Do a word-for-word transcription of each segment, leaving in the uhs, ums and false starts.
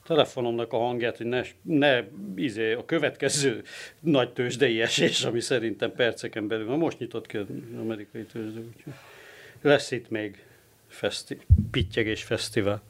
telefonomnak a hangját, hogy ne, ne izé, a következő nagy tőzsdei esés, ami szerintem perceken belül, na most nyitott ki az amerikai tőzsde, úgyhogy lesz itt még feszti- pittyegés fesztivál.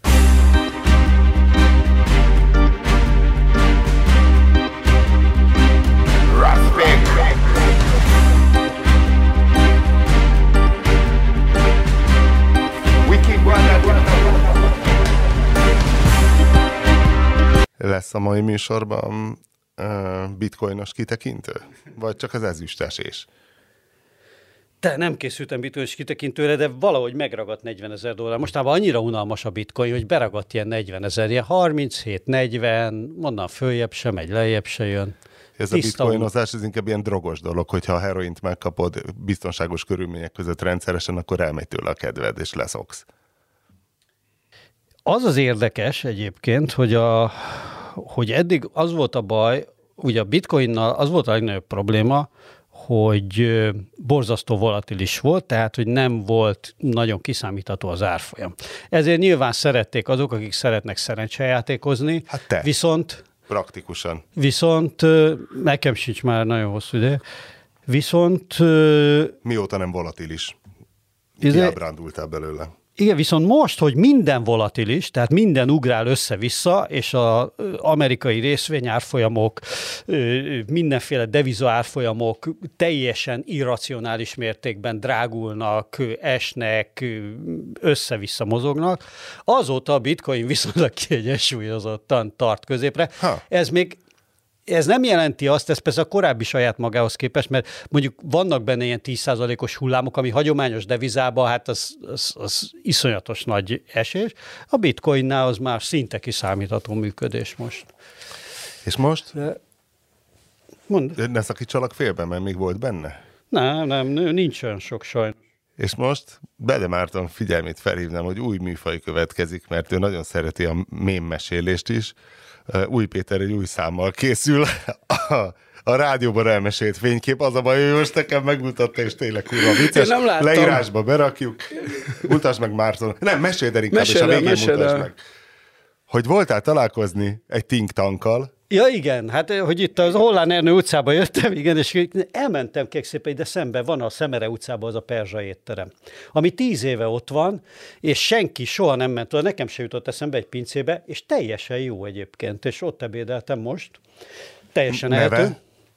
Lesz a mai műsorban uh, bitcoinos kitekintő? Vagy csak az ezüstesés? Te nem készültem bitcoinos kitekintőre, de valahogy megragadt negyvenezer dollár. Mostában annyira unalmas a bitcoin, hogy beragadt ilyen negyvenezer, ilyen harminchét negyven, onnan följebb se megy, lejjebb se jön. Ez Tiszta a bitcoinozás, ez inkább ilyen drogos dolog, hogyha a heroint megkapod biztonságos körülmények között rendszeresen, akkor elmegy tőle a kedved, és leszoksz. Az az érdekes egyébként, hogy, a, hogy eddig az volt a baj, ugye a bitcoinnal az volt a legnagyobb probléma, hogy borzasztó volatilis volt, tehát hogy nem volt nagyon kiszámítható az árfolyam. Ezért nyilván szerették azok, akik szeretnek szerencsejátékozni, hát te. viszont... Praktikusan. Viszont nekem sincs már nagyon hosszú ide, viszont... Mióta nem volatilis? Ide, Kiábrándultál belőle. Igen, viszont most, hogy minden volatilis, tehát minden ugrál össze-vissza, és az amerikai részvényárfolyamok, mindenféle deviza árfolyamok teljesen irracionális mértékben drágulnak, esnek, össze-vissza mozognak, azóta a bitcoin viszonylag kiegyensúlyozottan tart középre. Ha. Ez még Ez nem jelenti azt, ez persze a korábbi saját magához képest, mert mondjuk vannak benne ilyen tíz százalékos hullámok, ami hagyományos devizában, hát az, az, az iszonyatos nagy esés. A bitcoinnál az már szinte kiszámítható működés most. És most? De... Mondd. Ne szakítsalak félben, mert még volt benne? Nem, nem, nincs olyan sok sajnos. És most Bede Márton figyelmét felhívnám, hogy új műfaj következik, mert ő nagyon szereti a mémmesélést is. Új Péter egy új számmal készül. A, a rádióban elmesélt fénykép, az a baj, hogy most nekem megmutatta, és tényleg kurva vicces. Leírásba berakjuk. Mutasd meg Márton. Nem, meséld el inkább, és a végén mutasd meg. Hogy voltál találkozni egy think tankkal. Ja igen, hát hogy itt az Hollán Ernő utcába jöttem, igen, és elmentem kérlek de szemben van a Szemere utcában az a perzsa étterem, ami tíz éve ott van, és senki soha nem ment oda, nekem se jutott eszembe egy pincébe, és teljesen jó egyébként, és ott ebédeltem most, teljesen eltő.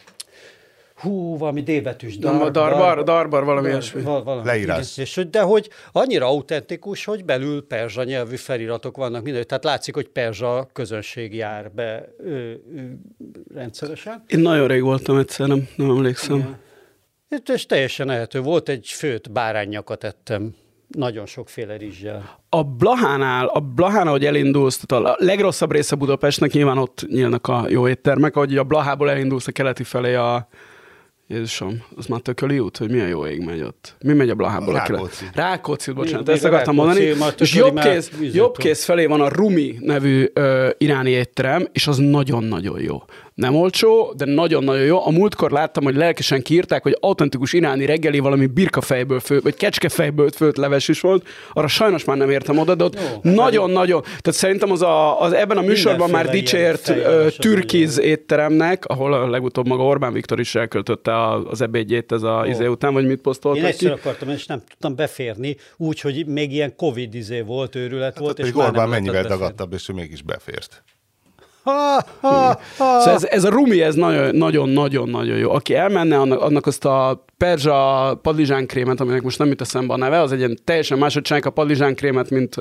Hú, valami D-betűs. Dar, darbar, darbar, valami ilyesmi. Val, valami, Leírás. És, de hogy annyira autentikus, hogy belül perzsa nyelvű feliratok vannak minden, tehát látszik, hogy perzsa közönség jár be ö, ö, rendszeresen. Én nagyon rég voltam egyszer, nem, nem emlékszem. Ja. És teljesen ehető. Volt egy főt báránynyakat ettem. Nagyon sokféle rizssel. A Blahánál, a Blahánál, hogy elindulsz, tehát a legrosszabb része Budapestnek, nyilván ott nyílnak a jó éttermek, ahogy a Blahából elindulsz a keleti felé a Jézusom, az már Tököli út, hogy milyen jó ég megy ott. Mi megy a Blahából? Rákóczi. Rákóczi, bocsánat, ezt akartam mondani. És jobbkész, jobbkész felé van a Rumi nevű ö, iráni étterem, és az nagyon-nagyon jó. Nem olcsó, de nagyon-nagyon jó. A múltkor láttam, hogy lelkesen kiírták, hogy autentikus iráni reggeli valami birkafejből főtt, vagy kecskefejből főtt leves is volt. Arra sajnos már nem értem oda, de ott nagyon-nagyon. Tehát szerintem az, a, az ebben a műsorban már dicsért ö, türkiz étteremnek, ahol a legutóbb maga Orbán Viktor is elköltötte az ebédjét ez a izé után, vagy mit posztoltak. Én egyszer akartam, és nem tudtam beférni, úgyhogy még ilyen Covid izé volt, őrület hát volt, és már Orbán mennyivel dagadtabb, és ő mégis befért. Ha, ha, ha. Szóval ez, ez a Rumi, ez nagyon-nagyon-nagyon jó. Aki elmenne, annak, annak azt a perzsa padlizsánkrémet, aminek most nem jut eszembe a neve, az egy ilyen teljesen máshogy csinálják a padlizsánkrémet, mint,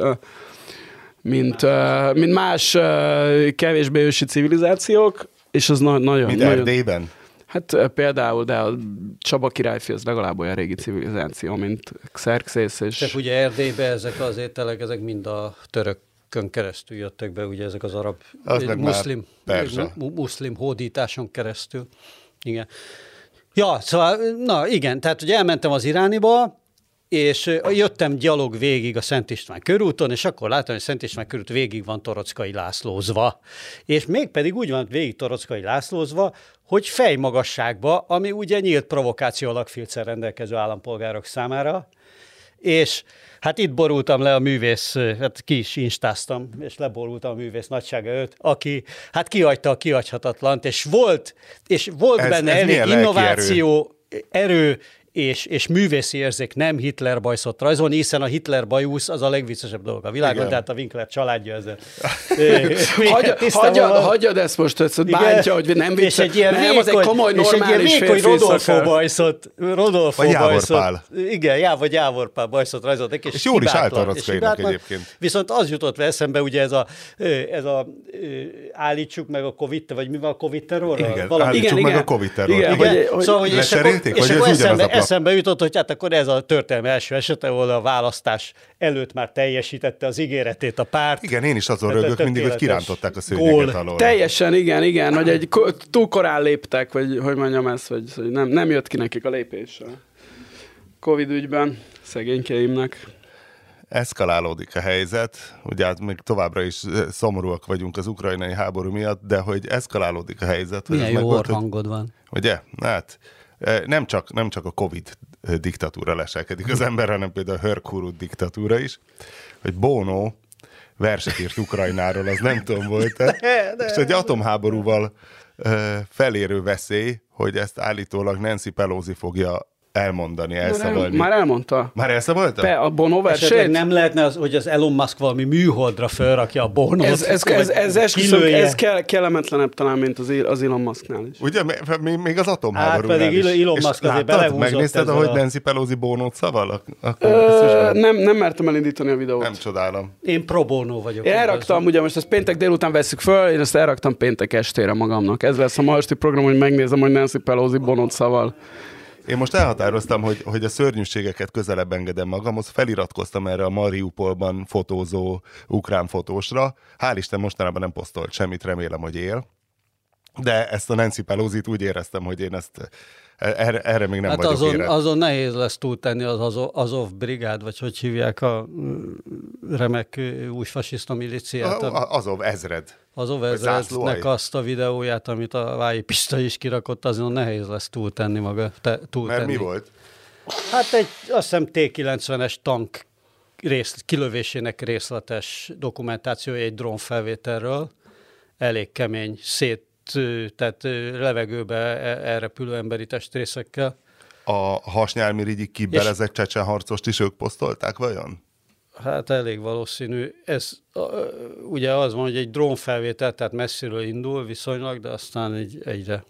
mint, mint más kevésbé ősi civilizációk, és az na- nagyon... Mint nagyon, Erdélyben? Hát például, de a Csaba királyfi az legalább olyan régi civilizáció, mint Xerxes és... Csak ugye Erdélyben ezek az ételek, ezek mind a török keresztül jöttek be, ugye ezek az arab muszlim, muszlim hódításon keresztül. Igen. Ja, szóval, na igen, tehát ugye elmentem az irániba, és jöttem gyalog végig a Szent István körúton, és akkor láttam, hogy Szent István körút végig van Torockai Lászlózva. És mégpedig úgy van végig Torockai Lászlózva, hogy fejmagasságba, ami ugye nyílt provokáció alakfilccel rendelkező állampolgárok számára, és hát itt borultam le a művész, hát ki is instáztam, és leborultam a művész nagysága előtt, aki hát kihagyta a kihagyhatatlant, és volt, és volt ez, benne ez elég innováció, erő, erő és, és művészi érzék, nem Hitler bajszot rajzolni, hiszen a Hitler bajusz az a legviccesebb dolog a világon, tehát a Winkler családja ezzel. Hagyjad, hagyjad ezt most, ezt bántja, hogy nem vicces. És egy ilyen nem, vékony, az egy komoly, normális férfi Rodolfo bajszot, Rodolfo vagy bajszot. Jávor Pál. Igen, já, vagy Jávor Pál bajszot rajzolt. És, és jól is állt a Rockainak egyébként. Viszont az jutott le eszembe, ugye ez a, ez a állítsuk meg a Covid, vagy mi van a Covid terrorral? Igen, állítsuk meg a Covid terrorral. Szóval, eszembe jutott, hogy hát akkor ez a történelmi első eset, ahol a választás előtt már teljesítette az ígéretét a párt. Igen, én is azon rögök mindig, hogy kirántották a szőnyeget alól. Teljesen, igen, igen, hogy egy túl korán léptek, vagy hogy mondjam ezt, hogy nem, nem jött ki nekik a lépés a Covid ügyben, szegénykeimnek. Eszkalálódik a helyzet, ugye hát még továbbra is szomorúak vagyunk az ukrajnai háború miatt, de hogy eszkalálódik a helyzet. Milyen jó orrhangod van. Ugye? Hát nem csak, nem csak a Covid diktatúra leselkedik az ember, hanem például a Hörkúrút diktatúra is, hogy Bono verset írt Ukrajnáról, az nem tudom volt-e, és egy atomháborúval felérő veszély, hogy ezt állítólag Nancy Pelosi fogja elmondani, elszavalni. Már elmondta. Már elszavalta? Be, a Bono versét? Nem lehetne az, hogy az Elon Musk valami műholdra felrakja a Bonót? Ez, ez, ez, ez, esküszök, ez kell, kellemetlenebb talán, mint az, az Elon Musknál is. Ugye, még az atomháborúnál hát pedig is. Elon Musk azért belehúzott. Megnézted, ahogy a... Nancy Pelosi Bonót szaval? Ö, nem, nem mertem elindítani a videót. Nem csodálom. Én pro bono vagyok. Én elraktam, ugye most ezt péntek délután veszük föl, én ezt elraktam péntek estére magamnak. Ez lesz a ma esti program, hogy megnézem, hogy Nancy Pelosi Bonót szaval. Én most elhatároztam, hogy, hogy a szörnyűségeket közelebb engedem magamhoz, feliratkoztam erre a Mariupolban fotózó ukrán fotósra. Hál' Isten mostanában nem posztolt semmit, remélem, hogy él. De ezt a Nancy Pelosit úgy éreztem, hogy én ezt erre, erre még nem hát vagyok azon, érett. azon nehéz lesz túltenni az Azov, Azov brigád, vagy hogy hívják a remek új fasiszta milíciát. A, Azov ezred. Azov ezrednek azt a videóját, amit a Vályi Pista is kirakott, azon nehéz lesz túltenni maga. Te, túltenni. Mert mi volt? Hát egy, azt hiszem té kilencvenes tank rész, kilövésének részletes dokumentációja egy drónfelvételről. Elég kemény, szét tehát levegőbe elrepülő emberi testrészekkel. A hasnyálmirigyig kibelezett csecsen harcost is ők posztolták vajon? Hát elég valószínű. Ez ugye az van, hogy egy drónfelvétel, tehát messziről indul viszonylag, de aztán egy, egyre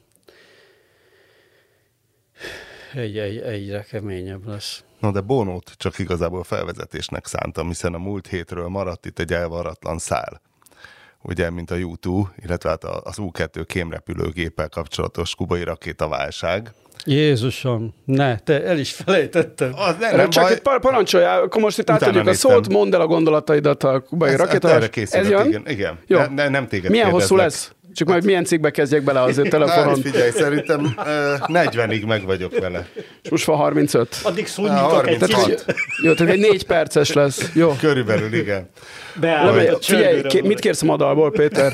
egy, egy, egyre keményebb lesz. Na de Bonót csak igazából felvezetésnek szántam, hiszen a múlt hétről maradt itt egy elvarratlan szál. Ugye, mint a U kettő, illetve hát az U kettő kémrepülőgéppel kapcsolatos kubai rakétaválság. Jézusom, ne, te el is felejtetted. Az nem, nem Csak baj. itt parancsoljál, akkor most itt átadjuk a szót, mondd el a gondolataidat a kubai rakétaválság. Ez jön? Igen, igen. Jó. Ne, ne, nem téged milyen kérdezlek. hosszú lesz? Csak majd milyen cikkbe kezdjek bele azért telefonon. Hát figyelj, szerintem uh, negyvenig meg vagyok vele. És most van harmincöt. Addig szunnyítok egy kicsit. Jó, tehát egy négy perces lesz. Jó. Körülbelül, igen. Figyelj, ké, mit kérsz a madalból, Péter?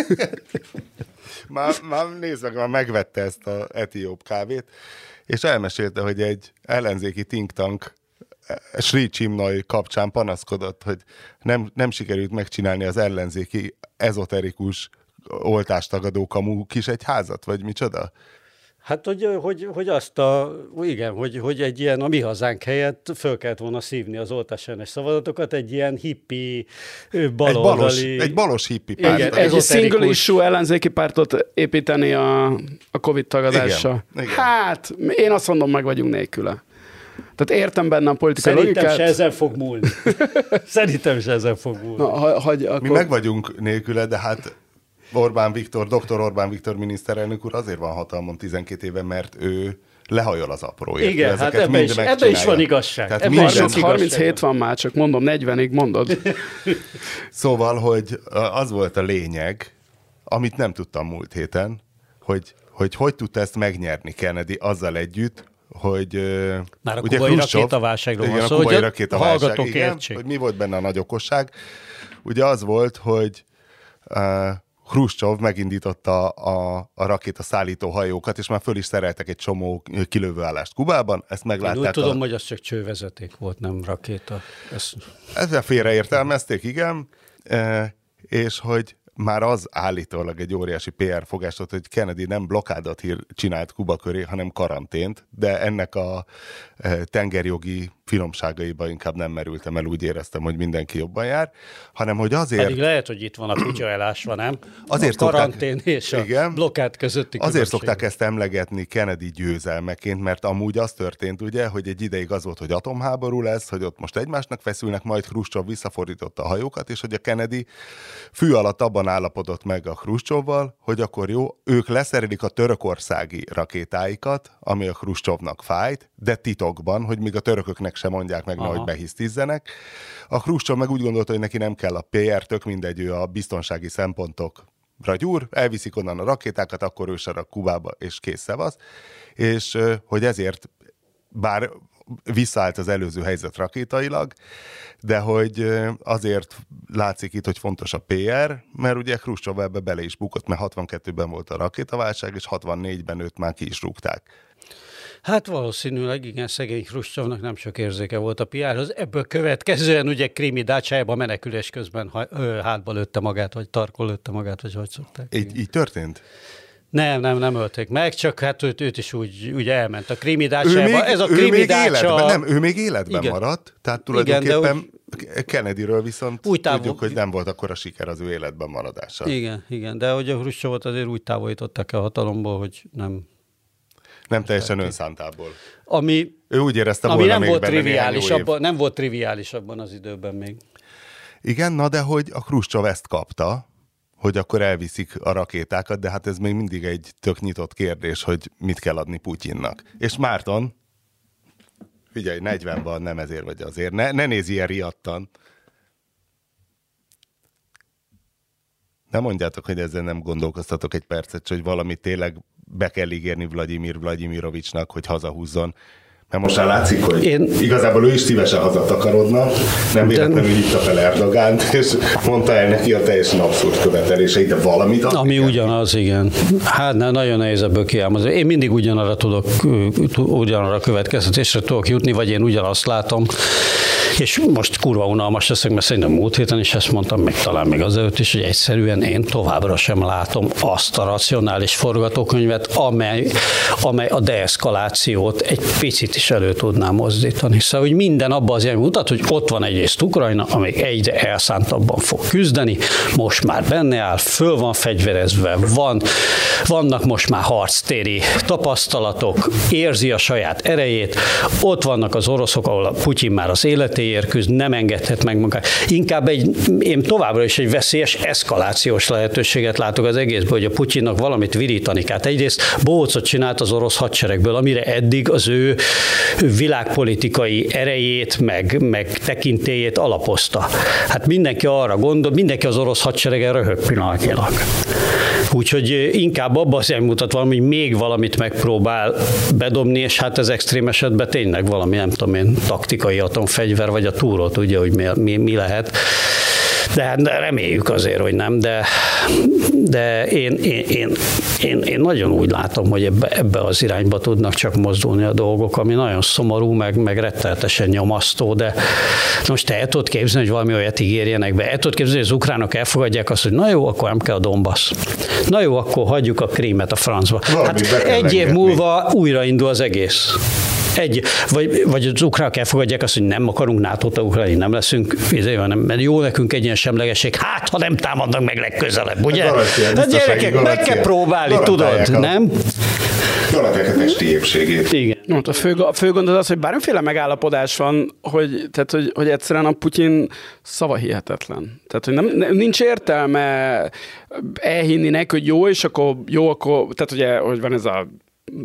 már, már nézd meg, már megvette ezt az etióp kávét, és elmesélte, hogy egy ellenzéki think tank Sri Csimnai kapcsán panaszkodott, hogy nem, nem sikerült megcsinálni az ellenzéki ezoterikus oltástagadó kamú kis egyházat, vagy micsoda? Hát, hogy, hogy, hogy azt a, igen, hogy, hogy egy ilyen a mi hazánk helyett föl kellett volna szívni az oltásellenes szavazatokat, egy ilyen hippi, baloldali... Egy balos, egy balos hippi párt. Igen, egy single issue ellenzéki pártot építeni a, a Covid tagadással. Igen, igen. Hát, én azt mondom, meg vagyunk nélküle. Tehát értem benne a politikai Szerintem logikát. se ezen fog múlni. Szerintem se ezen fog múlni. Na, ha, hagy, akkor... Mi meg vagyunk nélküle, de hát Orbán Viktor, doktor Orbán Viktor miniszterelnök úr azért van hatalmon tizenkét éve, mert ő lehajol az apróért. Igen, hát ebben is, ebbe is van igazság. Tehát ebben is sok harminchét van már, csak mondom, negyvenig mondod. Szóval, hogy az volt a lényeg, amit nem tudtam múlt héten, hogy hogy, hogy tudta ezt megnyerni Kennedy azzal együtt, hogy már a ugye kubai rakétaválságról van szó, hogy a hallgatók értsék. Hogy mi volt benne a nagy okosság. Ugye az volt, hogy uh, Hruscsov megindította a, a rakéta szállító hajókat, és már föl is szereltek egy csomó kilövőállást Kubában. Ezt meglátták. Én úgy tudom, a... hogy az csak csővezeték volt, nem rakéta. Ez... Ezzel félreértelmezték, igen, e, és hogy már az állítólag egy óriási pé er fogás volt, hogy Kennedy nem blokkádat hír csinált Kuba köré, hanem karantént, de ennek a tengerjogi finomságaiba inkább nem merültem el, úgy éreztem, hogy mindenki jobban jár, hanem hogy azért... Pedig lehet, hogy itt van a kutya elásva, nem? Azért a karantén szokták, és a igen, blokkád közötti azért különbség. Szokták ezt emlegetni Kennedy győzelmeként, mert amúgy az történt, ugye, hogy egy ideig az volt, hogy atomháború lesz, hogy ott most egymásnak feszülnek, majd Hruscsov visszafordította a hajókat, és hogy a Kennedy fű alatt abban állapodott meg a Hruscsovval, hogy akkor jó, ők leszerelik a törökországi rakétáikat, ami a Hruscsovnak fájt, de titokban, hogy még a törököknek sem mondják meg, hogy behisztizzenek. A Hruscsov meg úgy gondolta, hogy neki nem kell a pé er, tök mindegy, ő a biztonsági szempontokra gyúr, elviszik onnan a rakétákat, akkor ő sarak Kubába, és kész szevasz. És hogy ezért, bár visszaállt az előző helyzet rakétailag, de hogy azért látszik itt, hogy fontos a pé er, mert ugye Hruscsov ebbe bele is bukott, mert hatvankettőben volt a rakétaválság, és hatvannégyben őt már ki is rúgták. Hát valószínűleg igen, szegény Hruscsovnak nem sok érzéke volt a pé erhez. Ebből következően ugye Krími dácsájába menekülés közben hátba lőtte magát, vagy tarkol lőtte magát, vagy hogy szokták. Így, így történt? Nem, nem, nem ölték meg, csak hát őt, őt is úgy, úgy elment a Krími dácsájába. Ez a Krími dácsa... Nem, ő még életben igen. maradt, tehát tulajdonképpen igen, Kennedyről viszont úgy távol... tudjuk, hogy nem volt akkor a siker az ő életben maradása. Igen, igen, de hogy a Hruscsovot azért úgy távolították el a hatalomból, hogy nem... Nem teljesen önszántából. Ami, ő úgy érezte ami volna nem még volt benne triviális abban, nem volt triviális abban az időben még. Igen, na de hogy a Hruscsov ezt kapta, hogy akkor elviszik a rakétákat, de hát ez még mindig egy tök nyitott kérdés, hogy mit kell adni Putyinnak. És Márton, figyelj, negyven van, nem ezért vagy azért, ne, ne nézz ilyen riadtan. Nem mondjátok, hogy ezzel nem gondolkoztatok egy percet, hogy valamit tényleg be kell ígérni Vladimir Vladimirovicsnak, hogy hazahúzzon. Mert most már látszik, hogy Én... igazából ő is szívesen hazatakarodna, nem véletlenül de... hívta fel Erdogánt, és mondta el neki a teljesen abszurd követeléseit, de valamit... Ami ugyanaz, igen. Hát nagyon nehéz ebből kiámozni. Én mindig ugyanarra tudok, ugyanarra következtetésre tudok jutni, vagy én ugyanazt látom, és most kurva unalmas leszek, mert szerintem múlt héten is ezt mondtam, meg talán még azelőtt is, hogy egyszerűen én továbbra sem látom azt a racionális forgatókönyvet, amely, amely a deeszkalációt egy picit is elő tudná mozdítani. Szóval, hogy minden abban az irányban mutat, hogy ott van egyrészt Ukrajna, amely egyre elszántabban fog küzdeni, most már benne áll, föl van fegyverezve, van, vannak most már harctéri tapasztalatok, érzi a saját erejét, ott vannak az oroszok, ahol a Putyin már az életéért küzd, nem engedhet meg magát. Inkább egy, én továbbra is egy veszélyes eszkalációs lehetőséget látok az egészből, hogy a Putyinnak valamit virítani kell. Egyrészt bohócot csinált az orosz hadseregből, amire eddig az ő világpolitikai erejét, meg, meg tekintélyét alapozta. Hát mindenki arra gondol, mindenki az orosz hadseregen röhög pillanatnyilag. Úgyhogy inkább abban az mutat valami, hogy még valamit megpróbál bedobni, és hát ez extrém esetben tényleg valami, nem tudom én, taktikai atomfegyver, vagy a túró tudja, hogy mi, mi, mi lehet. De hát reméljük azért, hogy nem, de, de én, én, én, én, én nagyon úgy látom, hogy ebbe, ebbe az irányba tudnak csak mozdulni a dolgok, ami nagyon szomorú, meg, meg rettenetesen nyomasztó, de most te el tudod képzelni, hogy valami olyat ígérjenek be, el tudod képzelni, hogy az ukránok elfogadják azt, hogy na jó, akkor nem kell a Donbass. Na jó, akkor hagyjuk a Krímet a francba. Hát egy év múlva újraindul az egész. Egy, vagy, vagy az ukránok elfogadják azt, hogy nem akarunk nátót ukránni, nem leszünk, nem, mert jó nekünk egy ilyen semlegesség, hát ha nem támadnak meg legközelebb, ugye? Hát gyerekek, meg kell próbálni, tudod, nem? Garantálják a testi épségét. Igen. No, a, fő, a fő gond az az, hogy bármiféle megállapodás van, hogy, tehát, hogy, hogy egyszerűen a Putyin szava hihetetlen. Tehát, hogy nem, nincs értelme elhinni neki, hogy jó, és akkor jó, akkor, tehát ugye, hogy van ez a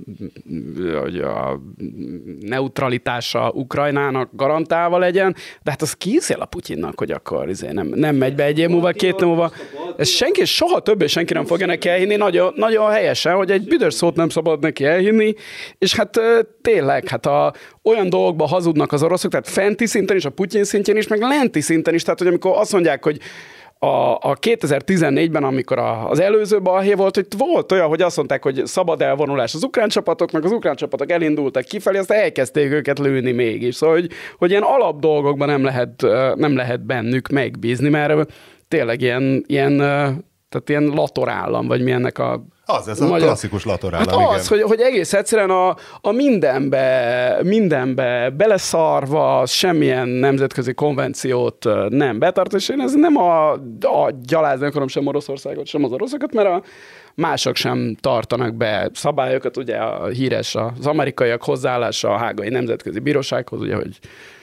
hogy a neutralitása Ukrajnának garantálva legyen, de hát az kiszél a Putyinnak, hogy akkor izé nem, nem megy be egy év múlva, két év múlva. Ez senki, soha többé senki nem fogja neki elhinni, nagyon, nagyon helyesen, hogy egy büdös szót nem szabad neki elhinni, és hát tényleg, hát a, olyan dolgokban hazudnak az oroszok, tehát fenti szinten is, a Putyin szintjén is, meg lenti szinten is, tehát hogy amikor azt mondják, hogy a, a kétezer-tizennégyben, amikor a, az előző balhé volt, hogy volt olyan, hogy azt mondták, hogy szabad elvonulás az ukrán csapatoknak, az ukrán csapatok elindultak kifelé, aztán elkezdték őket lőni mégis. Szóval, hogy, hogy ilyen alap dolgokban nem lehet, nem lehet bennük megbízni, mert tényleg ilyen, ilyen, tehát ilyen latorállam, vagy mi ennek a Az, ez a magyar... klasszikus latorállam, hát az, hogy, hogy egész egyszerűen a, a mindenbe, mindenbe beleszarva, semmilyen nemzetközi konvenciót nem betart, és én ez nem a, a gyalázni akarom sem Oroszországot, sem az oroszokat, mert a mások sem tartanak be szabályokat, ugye a híres az amerikaiak hozzáállása a Hágai Nemzetközi Bírósághoz, ugye, hogy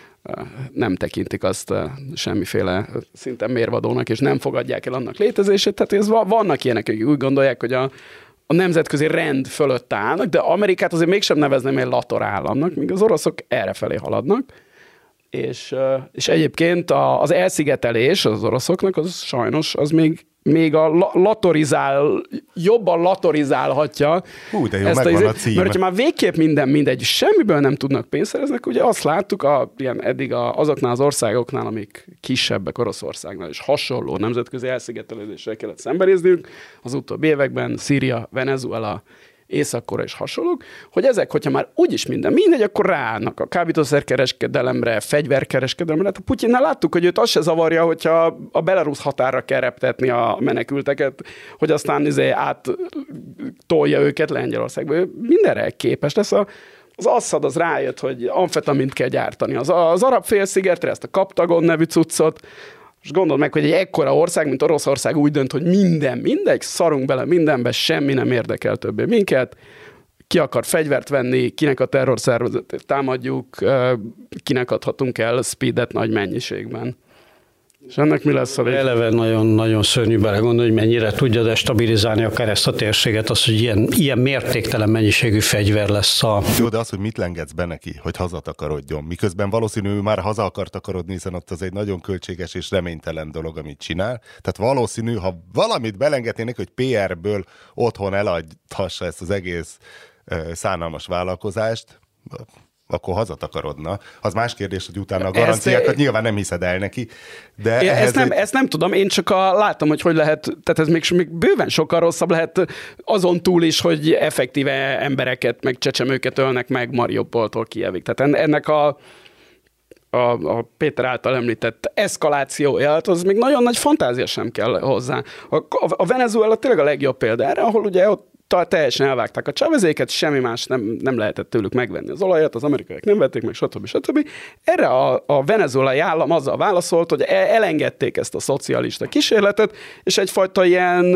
nem tekintik azt semmiféle szinten mérvadónak, és nem fogadják el annak létezését. Tehát ez, vannak ilyenek, akik úgy gondolják, hogy a, a nemzetközi rend fölött állnak, de Amerikát azért mégsem nevezném egy latorállamnak, míg az oroszok errefelé haladnak. És, és egyébként az elszigetelés az oroszoknak, az sajnos, az még még a latorizál, jobban latorizálhatja. Hú, de jó, ezt megvan a, a cím. Mert hogyha már végképp minden mindegy, semmiből nem tudnak pénzt szerezni, ugye azt láttuk a, ilyen eddig a, azoknál az országoknál, amik kisebbek Oroszországnál, és hasonló nemzetközi elszigetelődéssel kellett szembenéznünk az utóbbi években, Szíria, Venezuela, Észak-Korea és hasonlók, hogy ezek, hogyha már úgyis minden mindegy, akkor ráállnak a kábítószerkereskedelemre, fegyverkereskedelemre. Hát a Putyinnál láttuk, hogy őt az se zavarja, hogyha a belarusz határra kell reptetni a menekülteket, hogy aztán izé áttolja őket Lengyelországba. Ő mindenre képes lesz. A, az Assad az rájött, hogy amfetamint kell gyártani. Az, az arab félszigetre ezt a Kaptagon nevű cuccot, és gondold meg, hogy egy ekkora ország, mint Oroszország úgy dönt, hogy minden, mindegy, szarunk bele mindenbe, semmi nem érdekel többé minket, ki akar fegyvert venni, kinek a terrorszervezetét támadjuk, kinek adhatunk el speedet nagy mennyiségben. És ennek mi lesz a vége? Eleve nagyon-nagyon szörnyű belegondolni, hogy mennyire tudja destabilizálni akár ezt a térséget, az, hogy ilyen, ilyen mértéktelen mennyiségű fegyver lesz a... Jó, de az, hogy mit lengetsz be neki, hogy hazatakarodjon. Miközben valószínű, ő már haza akar takarodni, hiszen ott az egy nagyon költséges és reménytelen dolog, amit csinál. Tehát valószínű, ha valamit belengetnének, hogy pé er-ből otthon eladhassa ezt az egész uh, szánalmas vállalkozást, akkor hazatakarodna. Az más kérdés, hogy utána a garanciákat ezt, nyilván nem hiszed el neki. De én ezt, nem, egy... ezt nem tudom, én csak a, látom, hogy hogy lehet, tehát ez még, még bőven sokkal rosszabb lehet azon túl is, hogy effektíve embereket, meg csecsemőket ölnek meg Mariupoltól Kijevig. Tehát ennek a A, a Péter által említett eszkalációja, az még nagyon nagy fantázia sem kell hozzá. A, a, a Venezuela tényleg a legjobb példa erre, ahol ugye ott teljesen elvágták a Chávezéket, semmi más nem, nem lehetett tőlük megvenni az olajat, az amerikaiak nem vették meg, stb. stb. Erre a, a venezuelai állam azzal válaszolt, hogy elengedték ezt a szocialista kísérletet, és egyfajta ilyen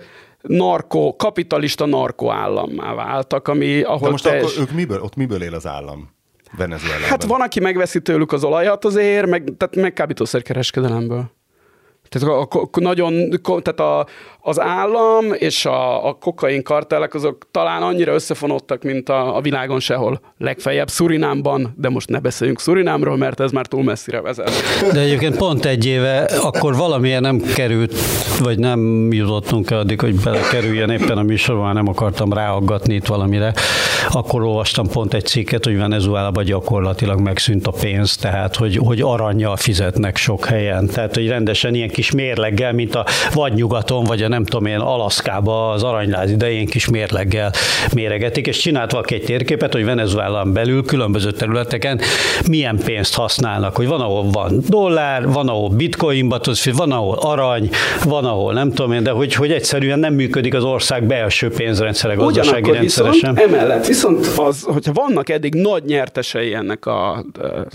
narko, kapitalista narko állammá váltak, ami ahol de most teljes... akkor ők miből, ott miből él az állam? Venezuelában. Hát van, aki megveszi tőlük az olajat azért, meg, tehát meg kábítószerkereskedelemből. Tehát, a, a, nagyon, tehát a, az állam és a, a kokain kartellek azok talán annyira összefonódtak, mint a, a világon sehol. Legfeljebb Szurinámban, de most ne beszéljünk Szurinámról, mert ez már túl messzire vezet. De egyébként pont egy éve akkor valamilyen nem került, vagy nem jutottunk el addig, hogy belekerüljen éppen a műsorban, nem akartam ráaggatni itt valamire. Akkor olvastam pont egy cikket, hogy Venezuelában gyakorlatilag megszűnt a pénz, tehát hogy, hogy arannyal fizetnek sok helyen. Tehát, hogy rendesen ilyen kis mérleggel, mint a vagy nyugaton, vagy a nem tudom én, Alaszkában az aranyláz idején kis mérleggel méregetik, és csinált valaki egy térképet, hogy Venezuelán belül különböző területeken milyen pénzt használnak, hogy van, ahol van dollár, van, ahol bitcoinba, van, ahol arany, van, ahol nem tudom én, de hogy, hogy egyszerűen nem működik az ország belső pénzrendszere, gazdasági rendszeresen. Emellett viszont az, hogyha vannak eddig nagy nyertesei ennek a, a,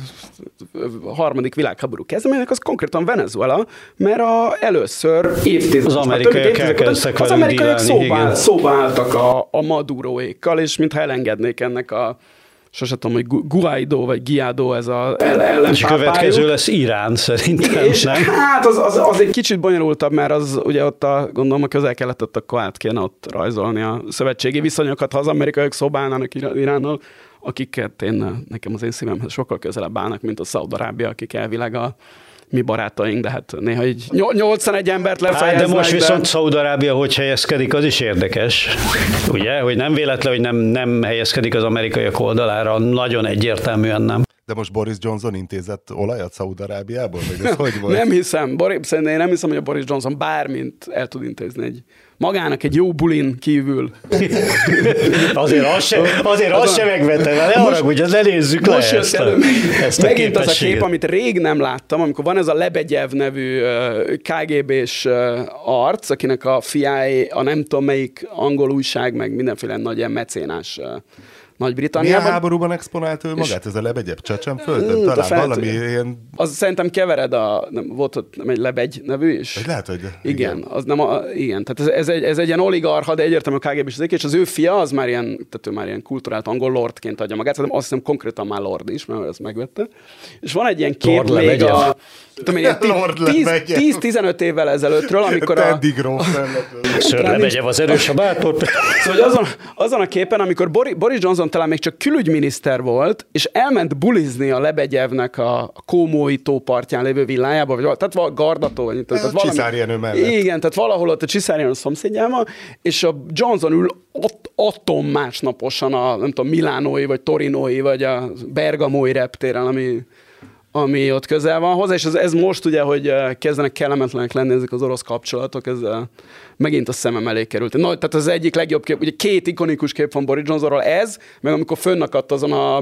a harmadik világháború kezdeménynek, az konkrétan Venezuela, mert a, először évtized, az amerikaiak elkezdtek az amerikaiak szóba, szóba álltak a, a Maduroékkal, és mintha elengednék ennek a sose tudom, hogy Guaidó vagy Guaidó ez az ellenpápájuk. És következő lesz Irán szerintem, és nem? Hát az, az, az egy kicsit bonyolultabb, mert az ugye ott a, gondolom a közel-keletet akkor át kéne ott rajzolni a szövetségi viszonyokat, ha az amerikaiak szóba állnának Iránnal, akiket én, nekem az én szívemhez sokkal közelebb állnak, mint a Szaúd-Arábia, akik elvileg a mi barátaink, de hát néha így nyolcvanegy embert lefejeznek. De most viszont de... Szaúd-Arábia hogy helyezkedik, az is érdekes. Ugye, hogy nem véletlen, hogy nem, nem helyezkedik az amerikaiak oldalára, nagyon egyértelműen nem. De most Boris Johnson intézett olajat Szaúd-Arábiából? Vagy ez hogy volt? Nem hiszem. Boris, szerintem én nem hiszem, hogy a Boris Johnson bármint el tud intézni egy magának egy jó bulin kívül. azért az se, azért az se megvette, ne haragudj, az elézzük le ezt a, ezt a megint az a kép, amit rég nem láttam, amikor van ez a Lebegyev nevű ká gé bé-s arc, akinek a fiái, a nem tudom melyik angol újság, meg mindenféle nagy ilyen mecénás Nagy-Britanniában. Milyen háborúban exponált ő magát? Ez a Lebegyev Csecsenföldön? Talán fent, valami ilyen... Az szerintem kevered a... Nem, volt ott nem egy Lebegy nevű is? Hogy lehet, hogy... Igen, igen. Az nem a, igen. Tehát ez, ez, egy, ez egy ilyen oligarcha, de egyértelműen a ká gé bé-s és az ő fia az már ilyen, tehát ő már ilyen kulturált angol lordként adja magát, szerintem azt hiszem konkrétan már lord is, mert ezt megvette. És van egy ilyen kép Lord még Lebegyev. a... Tudom én, tíz-tizenöt évvel ezelőttről, amikor a... Teddy Gróf Sör Lebegyev az erős a bátor. Szóval azon, azon a képen, amikor Boris Johnson talán még csak külügyminiszter volt, és elment bulizni a Lebegyevnek a Kómói tó partján lévő villájába, vagy tehát valami Gardató, vagy tehát a valami, Csiszárjenő mellett. Igen, tehát valahol ott a Csiszárjenő szomszédjában, és a Johnson ül ott atom másnaposan a, nem tudom, milánói, vagy torinói, vagy a bergamói reptéren, ami ami ott közel van hozzá, és ez, ez most ugye, hogy kezdenek kellemetlenek lenni ezek az orosz kapcsolatok, ez megint a szemem elé került. No, tehát az egyik legjobb kép, ugye két ikonikus kép van Boris Johnsonról, ez, meg amikor fönnakadt azon a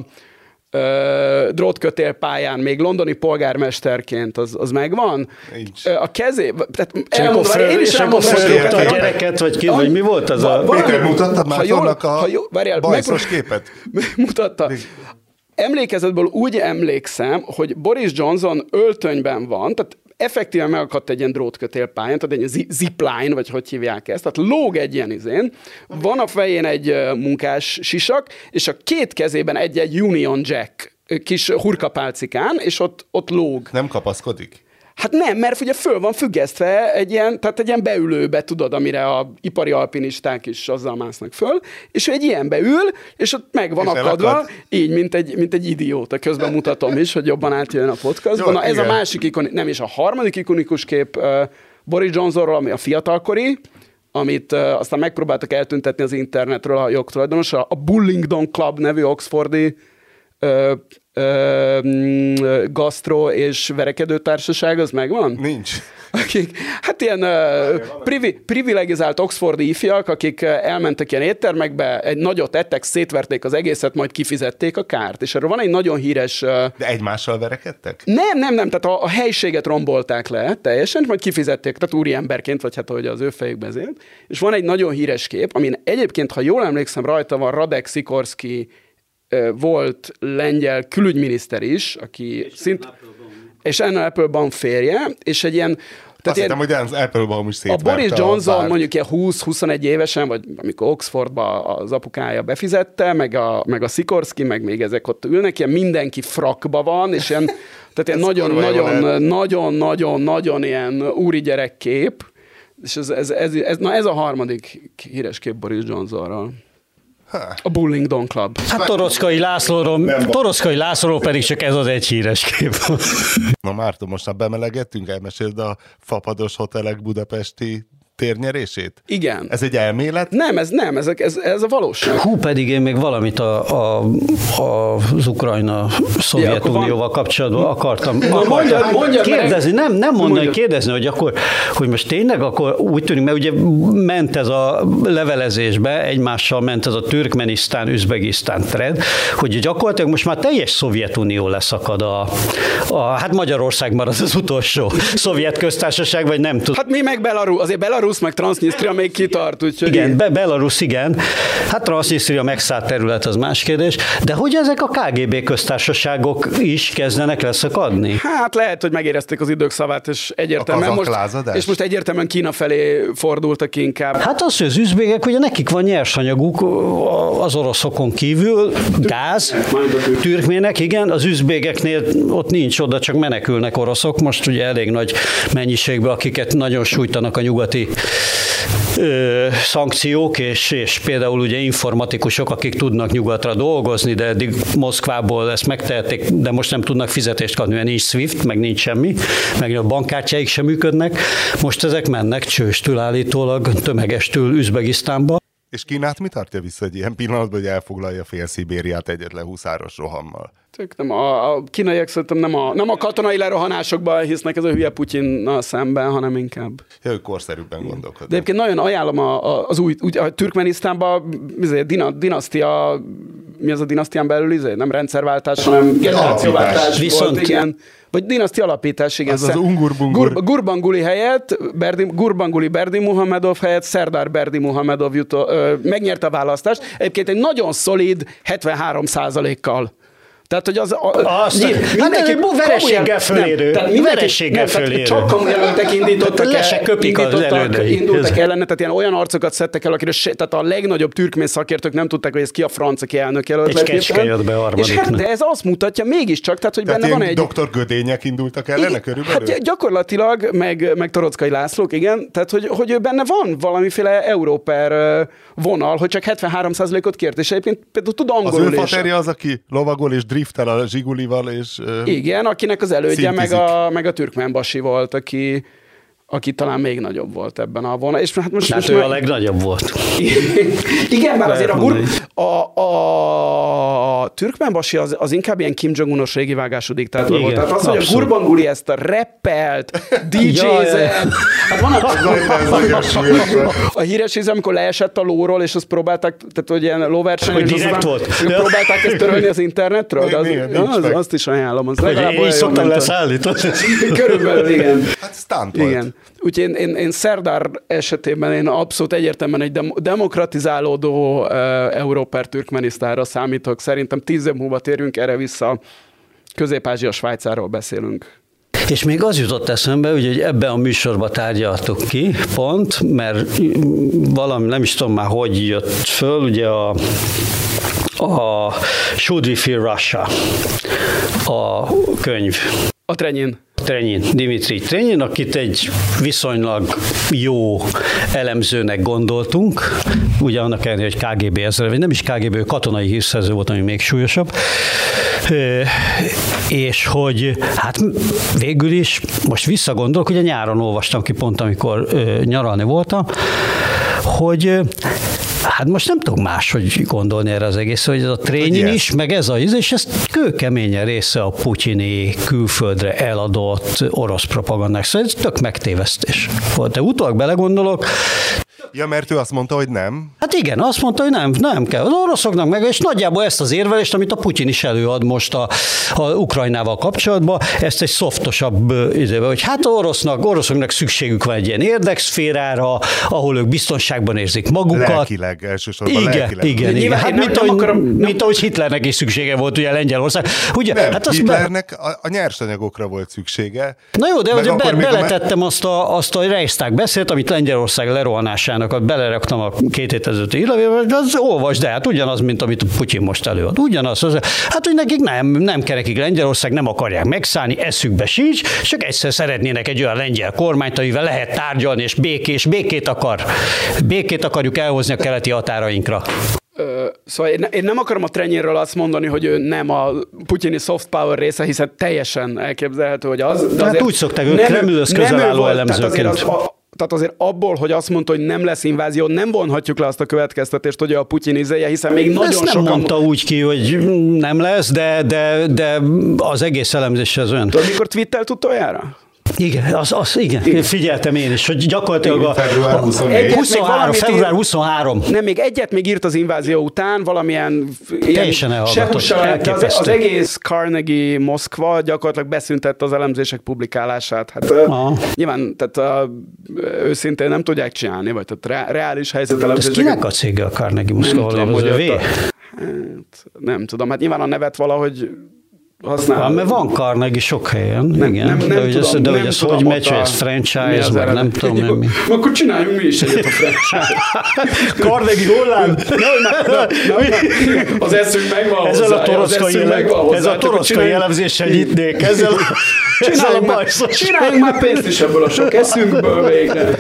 ö, drótkötélpályán, még londoni polgármesterként, az, az megvan. Nincs. A kezé, tehát elmondom, föl, én is elmondom, hogy a gyereket, vagy ki, vagy mi volt az a... Péter, mutattad már annak a bajszos képet? Mutatta. Emlékezetből úgy emlékszem, hogy Boris Johnson öltönyben van, tehát effektíven megakadt egy ilyen drótkötélpályán, tehát egy zipline, vagy hogy hívják ezt, tehát lóg egy ilyen izén, van a fején egy munkás sisak, és a két kezében egy-egy Union Jack kis hurkapálcikán, és ott, ott lóg. Nem kapaszkodik? Hát nem, mert ugye föl van függesztve egy ilyen, tehát egy ilyen beülőbe, tudod, amire a ipari alpinisták is azzal másznak föl, és ő egy ilyenbe ül, és ott meg van és akadva, elakad. Így, mint egy, mint egy idióta. Közben mutatom is, hogy jobban átjön a podcastban. Na, ez a másik ikonikus, nem is a harmadik ikonikus kép uh, Boris Johnsonról, ami a fiatalkori, amit uh, aztán megpróbáltak eltüntetni az internetről a jogtulajdonos, a Bullingdon Club nevű oxfordi uh, Uh, gasztro és verekedő társaság, az megvan? Nincs. Akik, hát ilyen uh, privi, privilegizált oxfordi ifjak, akik uh, elmentek ilyen éttermekbe, egy nagyot ettek, szétverték az egészet, majd kifizették a kárt. És erről van egy nagyon híres... Uh, De egymással verekedtek? Nem, nem, nem, tehát a, a helyiséget rombolták le teljesen, majd kifizették, tehát úriemberként, vagy hát ahogy az ő fejükbe zélt. És van egy nagyon híres kép, amin egyébként, ha jól emlékszem, rajta van Radek Sikorski, volt lengyel külügyminiszter is, aki és szint... És Anna Applebaum férje, és egy ilyen... Azt hittem, hogy az Applebaum is szétverte. A Boris Johnson a mondjuk ilyen húsz-huszonegy évesen, vagy amikor Oxfordba az apukája befizette, meg a, meg a Sikorski, meg még ezek ott ülnek, ilyen mindenki frakba van, és ilyen, tehát ilyen nagyon-nagyon-nagyon-nagyon-nagyon ilyen úri gyerekkép, és ez, ez, ez, ez, na ez a harmadik híres kép Boris Johnsonról. A Bullingdon Club. Hát Toroczkai Lászlóról, Toroczkai Lászlóról pedig csak ez az egy híres kép. Na Márton, most már bemelegettünk, elmeséld a fapados hotelek budapesti térnyerését? Igen. Ez egy elmélet? Nem, ez nem, ez, ez, ez a valóság. Hú, pedig én még valamit a, a, a, az Ukrajna-Szovjetunióval kapcsolatban akartam, Na, akartam mondjad, mondjad kérdezni, nem, nem mondani, mondjad. kérdezni, hogy akkor, hogy most tényleg akkor úgy tűnik, mert ugye ment ez a levelezésbe, egymással ment ez a Türkmenisztán, Üzbegisztán thread, hogy gyakorlatilag most már teljes Szovjetunió leszakad a, a hát Magyarország marad az utolsó szovjet köztársaság, vagy nem tudom. Hát mi meg Belarus, azért Belarus meg Transnistria még kitart, úgyhogy... Igen, Be- Belarus, igen. Hát Transnistria megszállt terület, az más kérdés. De hogy ezek a ká gé bé köztársaságok is kezdenek leszakadni? Hát lehet, hogy megérezték az idők szavát, és egyértelműen most, és most egyértelműen Kína felé fordultak inkább. Hát az, hogy az üzbégek, ugye nekik van nyersanyaguk az oroszokon kívül, gáz, türkmének, igen, az üzbégeknél ott nincs, oda csak menekülnek oroszok, most ugye elég nagy mennyiségben, akiket nagyon sújtanak a nyugati Ö, szankciók, és, és például ugye informatikusok, akik tudnak nyugatra dolgozni, de eddig Moszkvából ezt megtehették, de most nem tudnak fizetést kapni, mert nincs SWIFT, meg nincs semmi, meg a bankkártyáik sem működnek. Most ezek mennek csőstül állítólag, tömegestül Üzbegisztánba. És Kínát mi tartja vissza egy ilyen pillanatban, hogy elfoglalja fél Szibériát egyetlen huszáros rohammal? Nem a, a kínaiak szerintem nem a, nem a katonai lerohanásokban hisznek ez a hülye Putyinnal szemben, hanem inkább. Ja, ők korszerűbben gondolkodnak. De egyébként nagyon ajánlom a, a, az új, úgy, a Türkmenisztánban dina, dinasztia, mi az a dinasztián belül, izé? Nem rendszerváltás, hanem generációváltás Viszont... volt, igen. Vagy dinasztia alapítás, igen. Az az ungurbungur. Gur, Gurbanguly helyett, Berdi, Gurbanguly Berdimuhamedov helyett Serdar Berdimuhamedov jutó, ö, megnyerte a választást. Egyébként egy nagyon szolid hetvenhárom százalékkal. Tehát, hogy az... A, Azt, nyilv, mindenki vereséggel fölérő. Nem, vereséggel fölérő. Csak kamujelöltek indítottak le se köpik az elődei. Indultak ellene, tehát ilyen olyan arcokat szedtek el, akire se, tehát a legnagyobb türkmén szakértők nem tudták, hogy ez ki a franc, aki elnök jelölt. Egy kecske jött be harmadiknak. És hát, de ez azt mutatja mégiscsak, tehát, hogy tehát benne van egy... doktor Gödények indultak ellene körülbelül? Hát gyakorlatilag, meg, meg Torockai Lászlók, igen, tehát, hogy, hogy benne van valamiféle európer vonal, hogy csak hetvenhárom százalékot kért, és egyébként például tud angolul. Az ő faterja az, aki lovagol és driftel a Zsigulival, és... Uh, igen, akinek az elődje meg a, meg a Türkmenbasi volt, aki, aki talán még nagyobb volt ebben a vonal. És hát most, hát most ő már... a legnagyobb volt. Igen, bár azért a, gur... a, a Türkmenbasi az, az inkább ilyen Kim Jong-unos régi vágású diktátor volt. Tehát az, hogy a Gurbanguly ezt a rappelt, dé jézett. Hát van a, a híres íze, amikor leesett a lóról, és azt próbálták, tehát hogy ilyen lóverseny, és direkt volt. próbálták ezt törölni az internetről, de az, az, az, azt is ajánlom. Az hogy én szoktam leszállítani. Körülbelül, igen. Hát stunt volt. Igen. Úgyhogy én, én, én Serdar esetében én abszolút egyértelműen egy dem- demokratizálódó uh, Európer-Türkmenisztánra számítok. Szerintem tíz év múlva térjünk erre vissza. Közép-Ázsia, Svájcáról beszélünk. És még az jutott eszembe, hogy ebben a műsorban tárgyaltuk ki, pont, mert valami, nem is tudom már, hogy jött föl, ugye a a Should We Fear Russia, a könyv. A Trenyin. Trenyin, Dimitri Trenyin, akit egy viszonylag jó elemzőnek gondoltunk, ugye annak ellenére, hogy ká gé bé ezzel, vagy nem is ká gé bé, katonai hírszerző volt, ami még súlyosabb, és hogy hát végül is, most visszagondolok, ugye nyáron olvastam ki pont, amikor nyaralni voltam, hogy hát most nem tudok máshogy gondolni erre az egész, hogy ez a Trenyin is, meg ez a íz, és ez kőkeményen része a putyini külföldre eladott orosz propagandák. Szóval ez tök megtévesztés volt. De utólag belegondolok. Ja, mert ő azt mondta, hogy nem. Hát igen, azt mondta, hogy nem, nem kell. Az oroszoknak meg, és nagyjából ezt az érvelést, amit a Putyin is előad most a, a Ukrajnával kapcsolatban, ezt egy szoftosabb időben, hogy hát orosznak, oroszoknak szükségük van egy ilyen érdekszférára, ahol ők biztonságban érzik magukat. Lelkileg, elsősorban igen, lelkileg. Igen, igen. Hát nem, mint, nem ahogy, akarom, mint ahogy Hitlernek is szüksége volt, ugye Lengyelország. Ugye, nem, hát Hitlernek be... a, a nyersanyagokra volt szüksége. Na jó, de azért be, beletettem a... azt a, azt a Reichstag beszélt, amit Lengyelország lerohanásának, beleraktam a két hét ezelőtti hírlevélbe, az olvasd, de hát ugyanaz, mint amit Putyin most előad. Ugyanaz. Az, hát, hogy nekik nem, nem kerekik Lengyelország, nem akarják megszállni, eszükbe sincs, csak egyszer szeretnének egy olyan lengyel kormányt, amivel lehet tárgyalni, és békés, békét akar. Békét akarjuk elhozni a keleti határainkra. Szóval én, én nem akarom a Trenyinről azt mondani, hogy ő nem a putyini soft power része, hiszen teljesen elképzelhető, hogy az. De hát úgy szokták, ők Kremlhöz közel álló elemzőként. Tehát azért abból, hogy azt mondta, hogy nem lesz invázió, nem vonhatjuk le azt a következtetést, hogy a Putyin izéje, hiszen még nagyon ezt sokan... nem mondta úgy ki, hogy nem lesz, de, de, de az egész elemzés az olyan. Tudod, mikor twittelt utoljára? Igen, az, az, igen. igen, figyeltem én is, hogy gyakorlatilag a, február huszonnégy. huszonhárom, február huszonhárom. Nem, még egyet még írt az invázió után, valamilyen... Teljesen elhallgatott, az, az egész Carnegie Moszkva gyakorlatilag beszüntette az elemzések publikálását. Hát uh, nyilván, tehát uh, őszintén nem tudják csinálni, vagy tehát reális helyzet elemzések. Ez kinek a cége a Carnegie Moszkva? Nem tudom, hogy övé? Hát, nem tudom, hát nyilván a nevet valahogy használom. Mert van Carnegie sok helyen, nem, igen. Nem, nem, de nem hogy tudom, ez, de nem hogy ez tudom, hogy megy, hogy ez franchise, meg nem tudom nem mi. Akkor csináljunk mi is egyet a franchise. Carnegie Holland? Az eszünk megvan ezzel hozzá. A torockai ez a torockai elemzéssel nyitnék. Ezzel a Csináljunk már pénzt is ebből a sok eszünkből végre.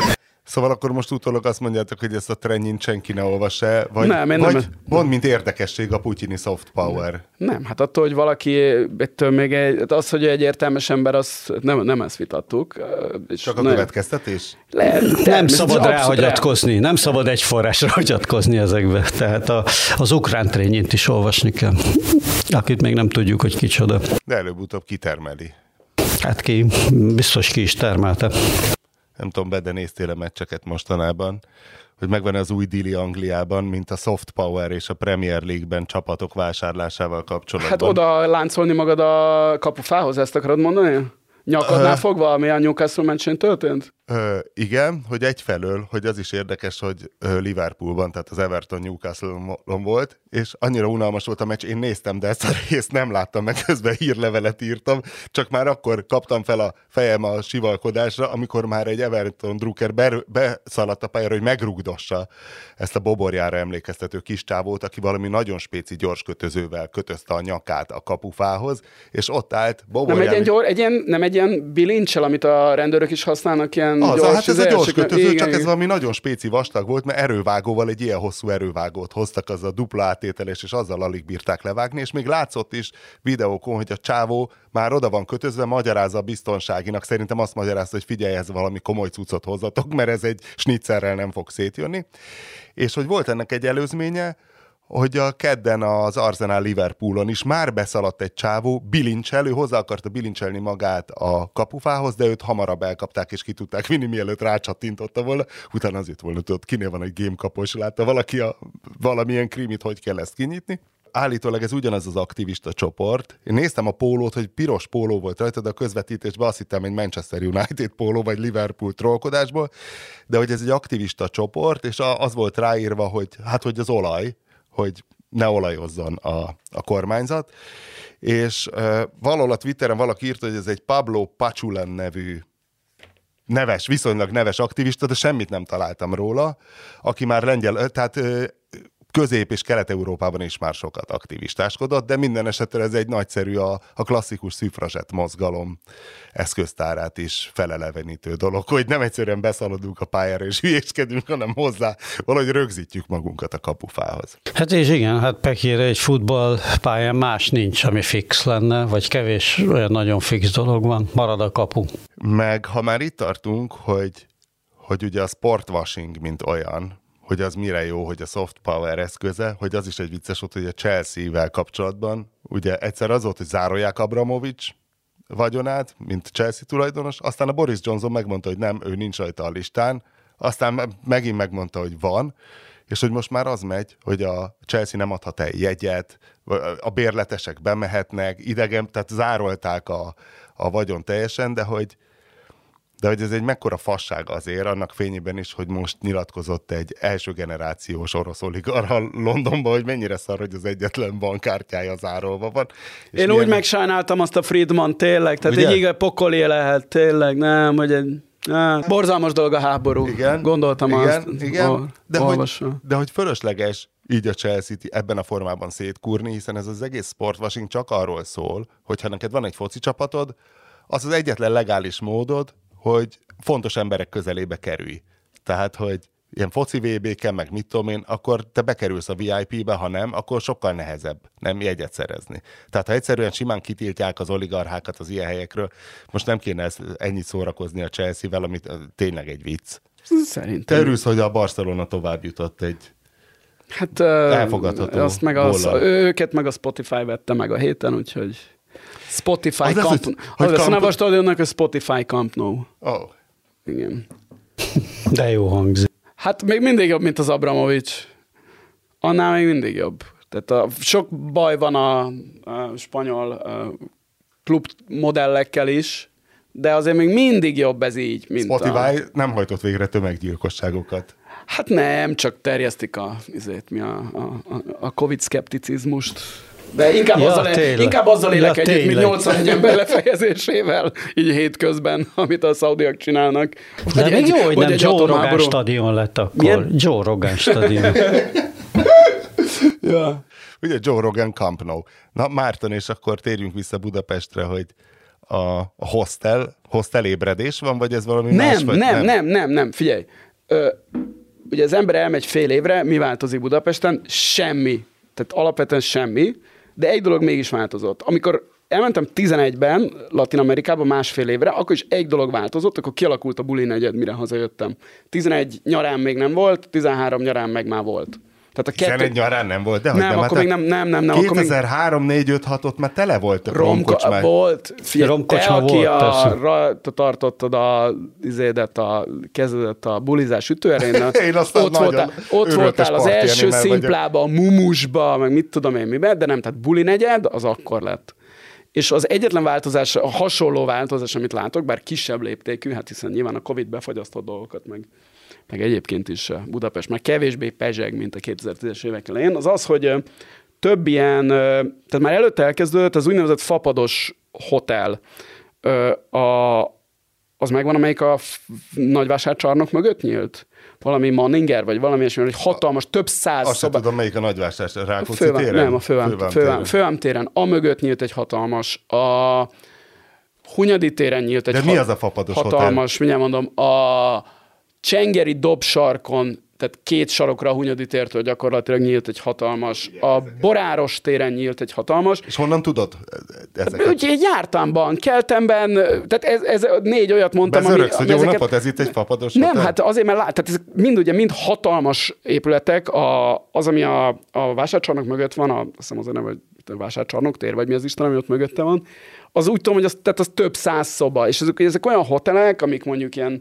Szóval akkor most utólag azt mondjátok, hogy ezt a trendjén senki ne olvassa, vagy, nem, én vagy nem. Mond, mint érdekesség a putyini soft power. Nem, hát attól, hogy valaki, ettől még egy, az, hogy egy értelmes ember, az nem, nem ezt vitattuk. És Csak a nem, következtetés? Lehet, nem szabad rá hagyatkozni, nem szabad egy forrásra hagyatkozni ezekbe. Tehát a, az ukrán trényét is olvasni kell, akit még nem tudjuk, hogy kicsoda. De előbb-utóbb kitermeli. Hát ki, biztos ki is termelte. Nem tudom, be, de néztél a meccseket mostanában, hogy megvan az új díli Angliában, mint a soft power és a Premier League-ben csapatok vásárlásával kapcsolatban. Hát oda láncolni magad a kapufához, ezt akarod mondani? Nyakadnál uh, fogva, ami a Newcastle meccsén történt? Uh, igen, hogy egyfelől, hogy az is érdekes, hogy uh, Liverpoolban, tehát az Everton Newcastle-on volt, és annyira unalmas volt a meccs, én néztem, de ezt a részt nem láttam, meg közben hírlevelet írtam, csak már akkor kaptam fel a fejem a sivalkodásra, amikor már egy Everton Drucker be, beszaladt a pályára, hogy megrugdossa ezt a boborjára emlékeztető kis csávót, aki valami nagyon spéci gyors kötözővel kötözte a nyakát a kapufához, és ott állt boborján... Nem egy ilyen, gyor, egy ilyen, nem egy ilyen bilincsel, amit a rendőrök is használnak, ilyen az, gyors, hát ez a gyors kötöző, igen, csak igen. ez valami nagyon spéci vastag volt, mert erővágóval egy ilyen hosszú erővágót hoztak, az a dupla átételes, és azzal alig bírták levágni, és még látszott is videókon, hogy a csávó már oda van kötözve, magyarázza a biztonságinak, szerintem azt magyarázza, hogy figyelj, ez valami komoly cuccot hozzatok, mert ez egy snitzerrel nem fog szétjönni. És hogy volt ennek egy előzménye, hogy a kedden az Arsenal Liverpoolon is már beszaladt egy csávó, bilincselő, hozzá akarta bilincselni magát a kapufához, de őt hamarabb elkapták, és ki tudták vinni, mielőtt rácsattintotta volna. Utána az jött volna, tudod, kinél van egy gémkapos, látta valaki a, valamilyen krimit, hogy kell ezt kinyitni. Állítólag ez ugyanaz az aktivista csoport. Én néztem a pólót, hogy piros póló volt rajta, de a közvetítésben azt hittem, egy Manchester United póló, vagy Liverpool trollkodásból, de hogy ez egy aktivista csoport, és az volt ráírva, hogy hát, hogy az olaj, hogy ne olajozzon a, a kormányzat, és uh, valahol a Twitteren valaki írta, hogy ez egy Pablo Pachulan nevű neves, viszonylag neves aktivista, de semmit nem találtam róla, aki már lengyel, tehát uh, Közép- és Kelet-Európában is már sokat aktivistáskodott, de minden esetre ez egy nagyszerű, a, a klasszikus szüfrazsett mozgalom eszköztárát is felelevenítő dolog, hogy nem egyszerűen beszaladunk a pályára és hülyéskedünk, hanem hozzá valahogy rögzítjük magunkat a kapufához. Hát és igen, hát Pekére egy futballpályán más nincs, ami fix lenne, vagy kevés olyan nagyon fix dolog van, marad a kapu. Meg ha már itt tartunk, hogy, hogy ugye a sportwashing, mint olyan, hogy az mire jó, hogy a soft power eszköze, hogy az is egy vicces volt, hogy a Chelsea-vel kapcsolatban, ugye egyszer az volt, hogy zárolják Abramovics vagyonát, mint Chelsea tulajdonos, aztán a Boris Johnson megmondta, hogy nem, ő nincs rajta a listán, aztán megint megmondta, hogy van, és hogy most már az megy, hogy a Chelsea nem adhat el jegyet, a bérletesek bemehetnek, idegen, tehát zárolták a, a vagyon teljesen, de hogy De hogy ez egy mekkora fasság azért, annak fényében is, hogy most nyilatkozott egy első generációs orosz oligarcha Londonban, hogy mennyire szar, hogy az egyetlen bankkártyája zárolva van. És Én milyen... úgy megsajnáltam azt a Friedman, tényleg, tehát ugye? Egy igen pokoli lehet, tényleg, nem, hogy egy... Ah, borzalmas dolog a háború. Igen, gondoltam igen, azt. Igen, ol, de, hogy, de hogy fölösleges így a Chelsea-t ebben a formában szétkúrni, hiszen ez az egész sportwashing csak arról szól, hogyha neked van egy foci csapatod, az az egyetlen legális módod, hogy fontos emberek közelébe kerülj. Tehát, hogy ilyen foci vé bé-ken, meg mit tudom én, akkor te bekerülsz a vé i pé-be, ha nem, akkor sokkal nehezebb nem jegyet szerezni. Tehát, ha egyszerűen simán kitiltják az oligarchákat az ilyen helyekről, most nem kéne ennyit szórakozni a Chelsea-vel, amit tényleg egy vicc. Szerintem. Te örülsz, hogy a Barcelona tovább jutott egy hát, elfogadható azt meg az, őket meg a Spotify vette meg a héten, úgyhogy Spotify az Camp Nou. Az lesz a neve a stadionnak, hogy Spotify Camp Nou. Oh. Igen. De jó hangzik. Hát még mindig jobb, mint az Abramovics. Annál még mindig jobb. Tehát a, sok baj van a, a spanyol a klub modellekkel is, de azért még mindig jobb ez így, mint Spotify a... nem hajtott végre tömeggyilkosságokat. Hát nem, csak terjesztik a, izét, mi a, a, a Covid szkepticizmust. De inkább, ja, azzal, inkább azzal élek ja, együtt, mint nyolcvanegy ember lefejezésével, így hétközben, amit a szaudiak csinálnak. De vagy még egy, jó, hogy nem Joe Rogan stadion lett akkor. Milyen? Joe Rogan stadion. Ja. Ugye Joe Rogan Camp Nou. Na Márton, és akkor térjünk vissza Budapestre, hogy a hostel, hostel ébredés van, vagy ez valami nem, más? Vagy nem, nem, nem, nem, figyelj. ö, ugye az ember elmegy fél évre, mi változik Budapesten? Semmi. Tehát alapvetően semmi, de egy dolog mégis változott. Amikor elmentem tizenegyben Latin-Amerikában másfél évre, akkor is egy dolog változott, akkor kialakult a buli negyed, mire hazajöttem. tizenegy nyarán még nem volt, tizenhárom nyarán meg már volt. Tehát a kettő... tizenegy nyarán nem volt, de nem, akkor még nem, nem, nem. nem kétezer-három, négy, öt, hat-ot már tele volt a romkocsmák. Volt, figyelj, romkocsma te, volt, aki a, tartottad a, izédet, a kezedet a bulizás ütőerénnel, ott voltál, ott voltál az első szimplába, a mumusba, meg mit tudom én miben, de nem, tehát buli negyed, az akkor lett. És az egyetlen változás, a hasonló változás, amit látok, bár kisebb léptékű, hát hiszen nyilván a Covid befagyasztott dolgokat, meg, meg egyébként is Budapest már kevésbé pezseg, mint a kétezer-tízes évek elején, az az, hogy több ilyen, tehát már előtte elkezdődött az úgynevezett fapados hotel. A, az megvan, amelyik a nagyvásárcsarnok mögött nyílt? Valami Manninger, vagy valami ilyesmi, egy hatalmas, több száz azt szoba. Azt tudom, melyik a nagyvásár, Rákóczi fővám, téren? Nem, a fővám, fővám, fővám, fővám téren. A mögött nyílt egy hatalmas, a Hunyadi téren nyílt egy De ha- mi az a fapados hatalmas, mindjárt mondom, a Csengeri dobsarkon, tehát két sarokra a Hunyadi tértől gyakorlatilag nyílt egy hatalmas, a Boráros téren nyílt egy hatalmas. És honnan tudod ezeket? Úgyhogy jártamban, Keltemben, tehát ez, ez négy olyat mondtam, ami... Bezöröksz, hogy jó ezeket... napot, ez itt egy fapados Nem, hotel? hát azért, mert lát, tehát ez mind ugye mind hatalmas épületek, a, az, ami a, a vásárcsarnok mögött van, a, azt hiszem az a neve, a vásárcsarnok tér, vagy mi az Isten, ami ott mögötte van, az úgy tudom, hogy az, tehát az több száz szoba, és ezek, ezek olyan hotelek, amik mondjuk ilyen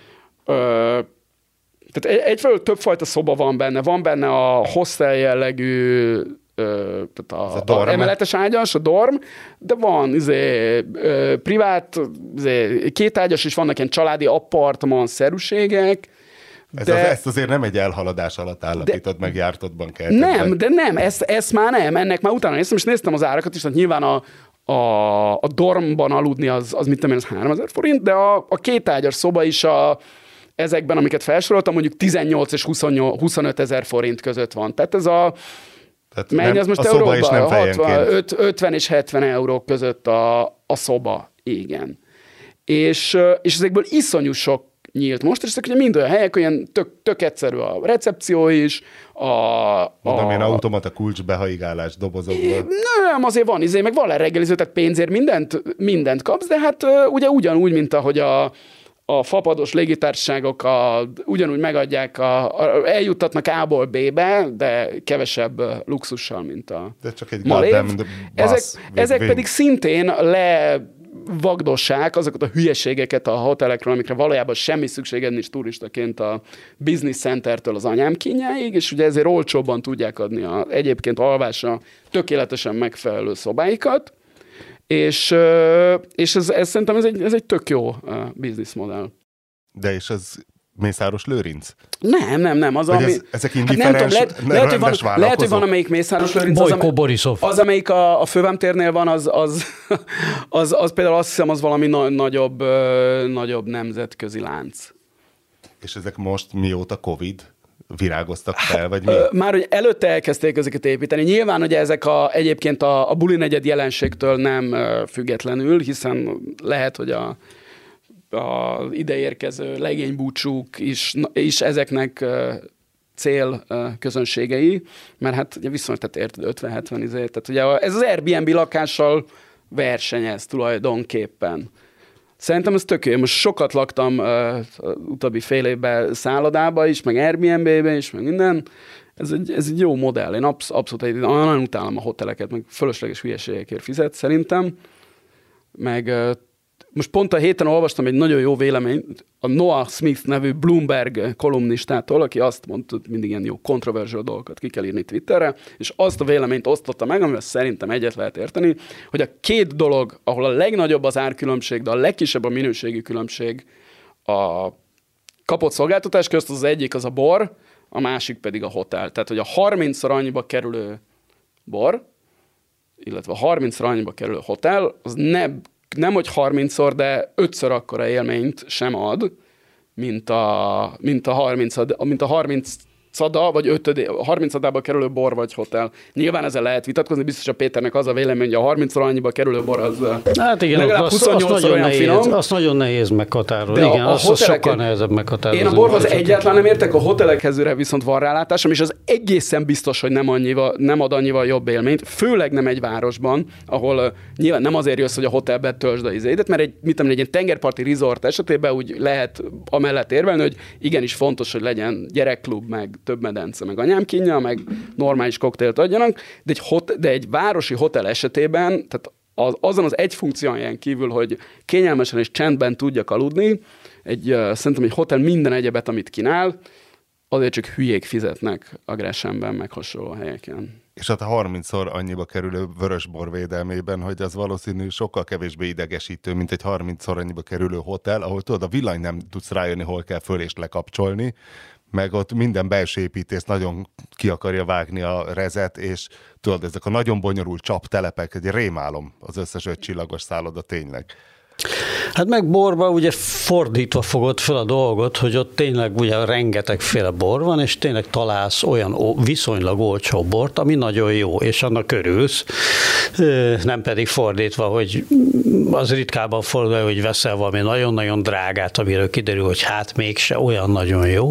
ö, tehát egyfelől többfajta szoba van benne. Van benne a hostel jellegű, ö, tehát a, a, a emeletes ágyas, a dorm, de van izé, ö, privát, izé, kétágyas, és vannak ilyen családi apartman-szerűségek. Ez de, az, ezt azért nem egy elhaladás alatt állapítod, meg jártodban kell. Nem, de nem, ezt, ezt már nem. Ennek már utána néztem, és néztem az árakat is, tehát nyilván a A, a dormban aludni az, az mit tudom én, az háromezer forint, de a, a kétágyas szoba is a, ezekben, amiket felsoroltam, mondjuk tizennyolc és huszonnyolc, huszonöt ezer forint között van. Tehát ez a, Tehát mennyi nem, az most a szoba is nem hatvan, ötven és hetven eurók között a, a szoba. Igen. És, és ezekből iszonyú sok nyílt most, és ezek ugye mind olyan helyek, olyan tök, tök egyszerű a recepció is, a... Mondom a... én automata kulcsbehaigálás dobozokból. Nem, azért van, izé, meg van le reggeliző, tehát pénzért mindent, mindent kapsz, de hát ugye ugyanúgy, mint ahogy a, a fapados légitársaságok a, ugyanúgy megadják, a, a, eljuttatnak A-ból B-be, de kevesebb luxussal, mint a de csak egy Malév. Ezek, basz, ezek vég. pedig szintén le vagdossák azokat a hülyeségeket a hotelekről, amikre valójában semmi szükséged nincs turistaként a business centertől az anyám kínjáig, és ugye ezért olcsóbban tudják adni a egyébként alvásra tökéletesen megfelelő szobáikat, és, és ez, ez szerintem ez egy, ez egy tök jó bizniszmodell. De és ez Mészáros Lőrinc? Nem, nem, nem. Az, ami... ez, ezek indiferens, hát lehet, lehet, hogy van, lehet, hogy van, amelyik Mészáros Lőrinc. Bojko az, Borisov. Az, amelyik a, a Fővám térnél van, az, az, az, az például azt hiszem, az valami na, nagyobb, ö, nagyobb nemzetközi lánc. És ezek most mióta Covid virágoztak fel, vagy mi? Már hogy előtte elkezdték ezeket építeni. Nyilván, hogy ezek a, egyébként a, a buli negyed jelenségtől nem függetlenül, hiszen lehet, hogy a az ideérkező legénybúcsúk is, is ezeknek cél közönségei, mert hát ugye viszonylag, tehát érted, ötven-hetven izé, tehát ugye ez az Airbnb lakással versenyez tulajdonképpen. Szerintem ez tök jó. Most sokat laktam uh, utóbbi fél évben szállodába is, meg Airbnb-ben is, meg minden. Ez egy, ez egy jó modell. Én absz- abszolút nagyon utálom a hoteleket, meg fölösleges hülyeségekért fizet szerintem. Meg uh, most pont a héten olvastam egy nagyon jó véleményt a Noah Smith nevű Bloomberg kolumnistától, aki azt mondta, hogy mindig ilyen jó controversial dolgokat ki kell írni Twitterre, és azt a véleményt osztotta meg, amivel szerintem egyet lehet érteni, hogy a két dolog, ahol a legnagyobb az árkülönbség, de a legkisebb a minőségi különbség a kapott szolgáltatás közt, az egyik az a bor, a másik pedig a hotel. Tehát, hogy a harmincszor annyiba kerülő bor, illetve a harmincszor annyiba kerülő hotel, az nem nem hogy harmincszor, de ötször akkora élményt sem ad, mint a, mint a, harminc, mint a harminc harmincada, vagy ötöd, harmincadába kerülő bor vagy hotel. Nyilván ezzel lehet vitatkozni, biztos a Péternek az a vélemény, hogy a harmincszor annyiba kerülő bor az hát igen, legalább huszonnyolcszor olyan nehéz, finom. Azt nagyon nehéz meghatározni. Igen, a, a az sokkal nehezebb meghatározni. Én a borhoz egyáltalán nem értek, a hotelekhez viszont van rálátásom, és az egészen biztos, hogy nem, annyival, nem ad annyival jobb élményt, főleg nem egy városban, ahol uh, nyilván nem azért jössz, hogy a hotelbe töltsd a izédet, mert egy, mit tudom, egy ilyen tengerparti resort esetében úgy lehet amellett érvelni, hogy igenis fontos, hogy legyen gyerekklub, meg több medence, meg anyám kínja, meg normális koktélt adjanak, de egy, hot- de egy városi hotel esetében, tehát az, azon az egy funkcióján kívül, hogy kényelmesen és csendben tudjak aludni, egy, uh, szerintem egy hotel minden egyebet, amit kínál, azért csak hülyék fizetnek a Gressenben, meg hasonló helyeken. És hát a harmincszor annyiba kerülő vörösbor védelmében, hogy az valószínű sokkal kevésbé idegesítő, mint egy harmincszor annyiba kerülő hotel, ahol tudod, a villany nem tudsz rájönni, hol kell föl és lekapcsolni, meg ott minden belső építész nagyon ki akarja vágni a rezet, és tudod, ezek a nagyon bonyolult csaptelepek, egy rémálom az összes öt csillagos szálloda tényleg. Hát meg borba ugye fordítva fogod fel a dolgot, hogy ott tényleg ugye rengetegféle bor van, és tényleg találsz olyan viszonylag olcsó bort, ami nagyon jó, és annak örülsz, nem pedig fordítva, hogy az ritkában fordul, hogy veszel valami nagyon-nagyon drágát, amiről kiderül, hogy hát mégse olyan nagyon jó.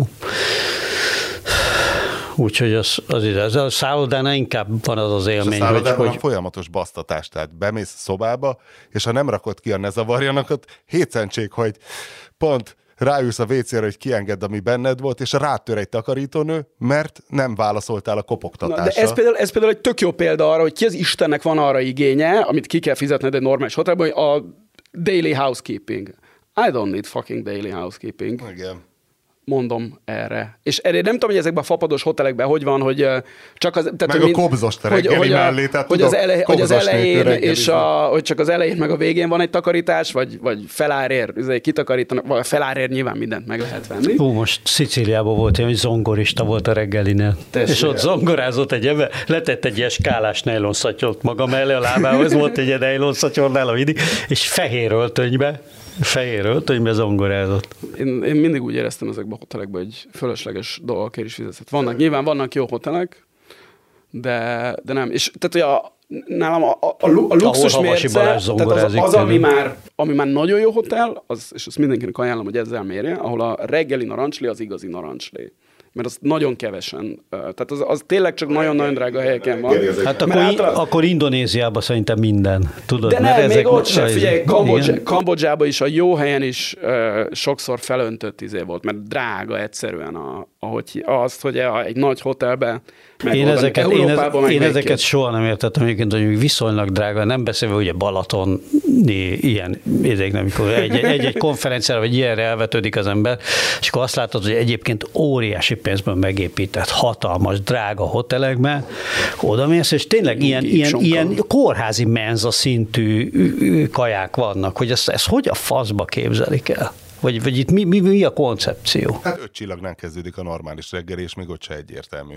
Úgyhogy az, az ide. Ez a szállodánál inkább van az az élmény, a hogy... hogy... folyamatos basztatás, tehát bemész a szobába, és ha nem rakod ki a ne zavarjanak, ott hétszentség, hogy pont ráülsz a vécére, hogy kiengedd, ami benned volt, és rátör egy takarítónő, mert nem válaszoltál a kopogtatásra. Na, de ez például, ez például egy tök jó példa arra, hogy ki az Istennek van arra igénye, amit ki kell fizetned egy normális hotelben, hogy a daily housekeeping. I don't need fucking daily housekeeping. Igen. Mondom erre. És erre nem tudom, hogy ezekben a fapados hotelekben hogy van, hogy csak az... Tehát, meg hogy a kobzos te reggeli hogy, mellé, tehát hogy, az elej, hogy az elején, és a, hogy csak az elején meg a végén van egy takarítás, vagy, vagy felárér, kitakarítanak, vagy felárér nyilván mindent meg lehet venni. Hú, most Szicíliában volt olyan, hogy zongorista volt a reggelinél. Tessék. És ott zongorázott egy ebbe, letett egy ilyen skálás nejlonszatyort maga mellé a lábához, volt egy ilyen nejlonszatyor nála mindig, és fehér öltönybe, fehér öltönybe zongorázott. Én, én mindig úgy éreztem ezekben a hotelekben, hogy fölösleges dolgokért is fizetett. Vannak, nyilván vannak jó hotelek, de, de nem. És tehát, hogy a, nálam a, a, a luxus mérce, tehát az, az ami, már, ami már nagyon jó hotel, az, és azt mindenkinek ajánlom, hogy ezzel mérje, ahol a reggeli narancslé az igazi narancslé. Mert az nagyon kevesen, tehát az, az tényleg csak nagyon-nagyon drága helyeken van. Hát akkor, általában... akkor Indonéziában szerintem minden, tudod? De nem, még ott sem, figyelj, Kambodzsá, Kambodzsában is a jó helyen is uh, sokszor felöntött izé volt, mert drága egyszerűen a, ahogy azt, hogy egy nagy hotelben én ezeket, én, ez, én ezeket soha nem értettem, egyébként, hogy viszonylag drága, nem beszélve ugye Balatoni ilyen idék, amikor egy-egy konferenciára vagy ilyenre elvetődik az ember, és akkor azt látod, hogy egyébként óriási pénzből megépített, hatalmas, drága hotelekben oda mész, és tényleg ilyen, ilyen, ilyen kórházi menza szintű kaják vannak, hogy ezt, ezt hogy a faszba képzelik el? Vagy, vagy itt mi, mi, mi a koncepció? Hát öt csillagnál kezdődik a normális reggel, és még ott se egyértelmű.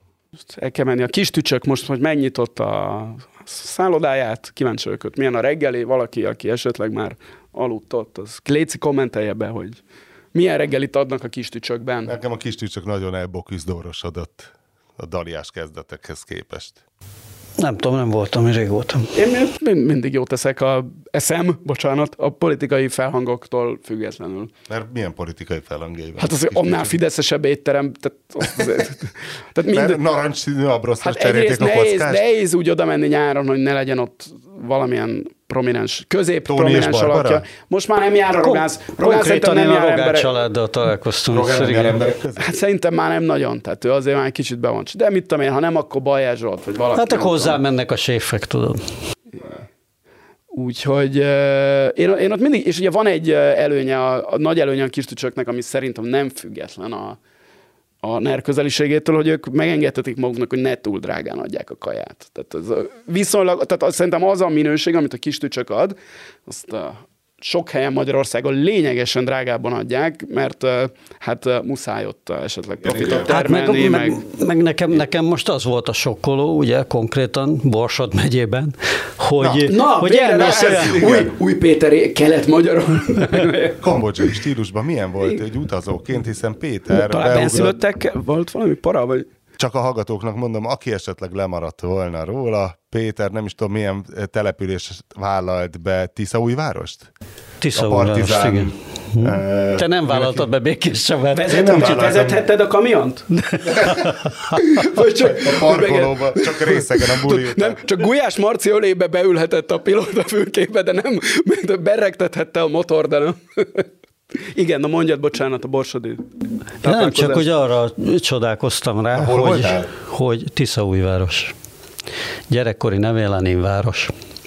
El kell menni a kis tücsök most, hogy megnyitott a szállodáját, kíváncsi vagyok, milyen a reggeli, valaki, aki esetleg már aludt ott, az léci kommentelje be, hogy milyen reggelit adnak a kis tücsökben. Nekem a kis tücsök nagyon elboküzdórosodott a daliás kezdetekhez képest. Nem tudom, nem voltam, én régóta. Én mindig jót teszek a eszem, bocsánat, a politikai felhangoktól függetlenül. Mert milyen politikai felhangjai van? Hát azért annál fideszesebb étterem. Tehát, tehát minden... Narancsszínű abrosztra hát cserélték a kockást? Nehéz úgy oda menni nyáron, hogy ne legyen ott valamilyen prominens, közép-prominens alakja. Most már nem jár a Rogánsz. Rogánsz szerintem nem jár emberek. Családdal találkoztunk. Hát szerintem már nem nagyon, tehát ő azért már egy kicsit be van. De mit tudom én, ha nem, akkor Bajer Zsolt, vagy valaki. Hát akkor hozzá mennek a séfek, tudod. Úgyhogy uh, én, én ott mindig, és ugye van egy előnye, a, a nagy előnye a kis tücsöknek, ami szerintem nem független a a NER közeliségétől, hogy ők megengedhetik maguknak, hogy ne túl drágán adják a kaját. Tehát az viszonylag, tehát az, szerintem az a minőség, amit a kis tücsök ad, azt a sok helyen Magyarországon lényegesen drágábban adják, mert hát muszáj ott esetleg profitot termelni. Hát meg, meg, meg, meg nekem, nekem most az volt a sokkoló, ugye konkrétan Borsod megyében, hogy, na, na, hogy elmész olyan... Új, új Péter, Kelet-Magyarul. Kambodzsai stílusban milyen volt egy utazóként, hiszen Péter... Talán benszülöttek, volt valami para, vagy... Csak a hallgatóknak mondom, aki esetleg lemaradt volna róla, Péter nem is tudom milyen település vállalt be Tiszaújvárost? Tiszaújvárost, igen. Uh, Te nem vállaltad be Békés Csabát. Vezet, vezethetted a kamiont? Vagy csak a parkolóba, csak részegen a buli után. Nem, csak Gulyás Marci ölébe beülhetett a pilóta fülkébe, de nem beregtethette a motor, de nem... Igen, na mondjad, bocsánat, a borsodi. Nem, csak hogy arra csodálkoztam rá, hogy, hogy Tiszaújváros. Gyerekkori neve Lenin város.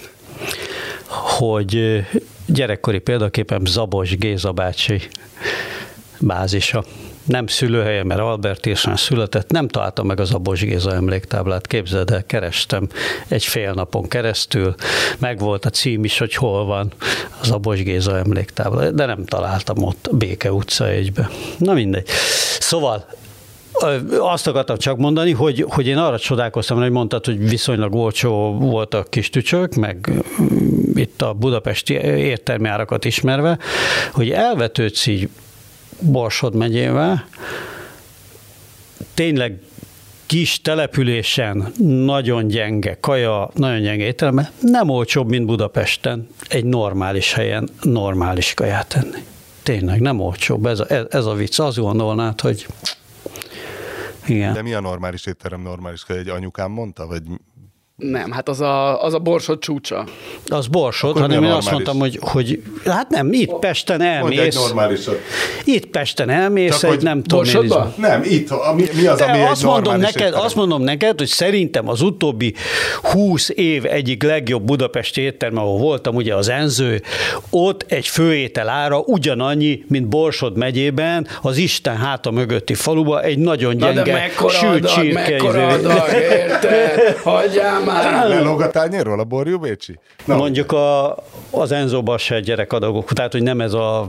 Hogy gyerekkori példaképpen Zabos Géza bácsi bázisa. Nem szülőhelye, mert Albertésen született, nem találtam meg az Zabos Géza emléktáblát, képzeld el, kerestem egy fél napon keresztül, meg volt a cím is, hogy hol van az Zabos Géza emléktábla, de nem találtam ott Béke utca egybe. Na mindegy. Szóval azt akartam csak mondani, hogy, hogy én arra csodálkoztam, hogy mondtad, hogy viszonylag olcsó volt a kis tücsök, meg itt a budapesti értelmi árakat ismerve, hogy elvetődsz így Borsod megyével, tényleg kis településen nagyon gyenge kaja, nagyon gyenge ételme, nem olcsóbb, mint Budapesten egy normális helyen normális kaját tenni. Tényleg nem olcsóbb, ez a, ez a vicc. Azt gondolnád, hogy igen. De mi a normális étterem normális kaja? Egy anyukám mondta, vagy... Nem, hát az a, az a Borsod csúcsa. Az Borsod, akkor hanem én azt mondtam, hogy, hogy hát nem, itt Pesten elmész. Mondj egy normálisat. Itt Pesten elmész, egy nem tudom. Borsodba? Nem, itt, mi, mi az, de ami azt egy mondom neked, étterem. Azt mondom neked, hogy szerintem az utóbbi húsz év egyik legjobb budapesti étterem, ahol voltam, ugye az Enző, ott egy főétel ára ugyanannyi, mint Borsod megyében, az Isten háta mögötti faluba, egy nagyon gyenge sült csirke. Mekkora adag, érted? Hagyjál már! Lelóg a tányérról a Borjú Bécsi? Na. Mondjuk a, az Enzóban se gyerekadagok, tehát hogy nem ez a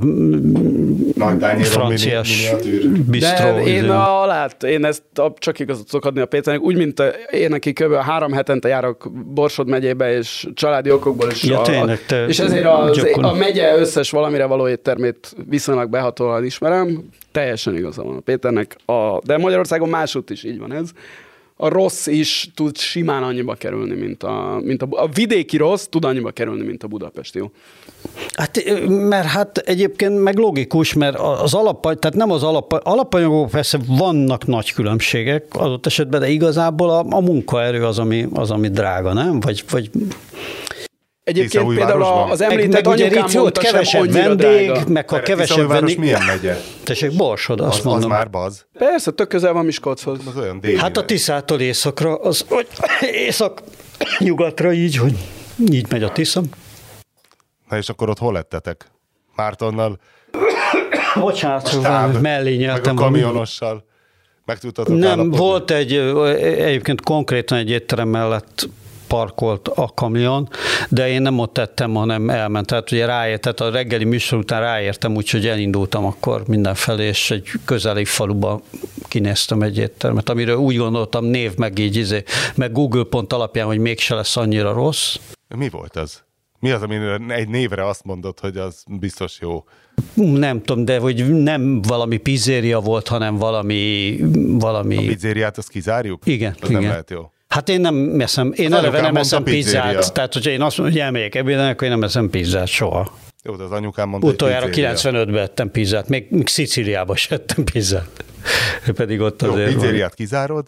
franciás bistró. De én, a, lát, én ezt csak igazat szok adni a Péternek, úgy, mint én neki kb. három hetente járok Borsod megyébe, és családi okokból is. Ja, a, tényleg, és ezért az, a megye összes valamire való éttermét viszonylag behatóan ismerem. Teljesen igaza van a Péternek. A, de Magyarországon másút is így van ez. A rossz is tud simán annyiba kerülni, mint a, mint a, a vidéki rossz tud annyiba kerülni, mint a budapesti, jó? Hát, mert hát egyébként meg logikus, mert az alap, tehát nem az alap, alapanyagok persze vannak nagy különbségek adott esetben, de igazából a, a munkaerő az, ami, az, ami drága, nem? Vagy, vagy Egyébként például az említett anyukám mondta kevesebb vendég, drága. Meg ha kevesebb vendég... milyen megye? Tessék, Borsod, azt az, mondom. Az már baz. Persze, tök közel van Miskolchoz. Az olyan déli. Hát a Tiszától északra, az, hogy észak-nyugatra így, hogy így megy a Tisza. Na és akkor ott hol lettetek? Mártonnal? Bocsánat, mellé nyeltem. Meg a kamionossal. Meg tudtatok Nem, állapodni? volt egy, egyébként konkrétan egy étterem mellett parkolt a kamion, de én nem ott tettem, hanem elment. Tehát ugye ráért, tehát a reggeli műsor után ráértem, úgyhogy elindultam akkor mindenfelé, és egy közeli faluba kinéztem egy éttermet, amiről úgy gondoltam név meg így, izé, meg Google pont alapján, hogy mégse lesz annyira rossz. Mi volt az? Mi az, amire egy névre azt mondod, hogy az biztos jó? Nem tudom, de hogy nem valami pizzéria volt, hanem valami... valami... A pizzériát azt kizárjuk? Igen. Az igen. nem lehet jó. Hát én nem eszem, én az eleve nem eszem pizzéria. pizzát, tehát hogyha én azt mondom, hogy elmegyek ebédelni, akkor én nem eszem pizzát soha. Jó, de az anyukám mondta, utoljára kilencvenötben ettem pizzát, még, még Szicíliában sem ettem pizzát. Pedig ott jó, azért pizzériát kizárod?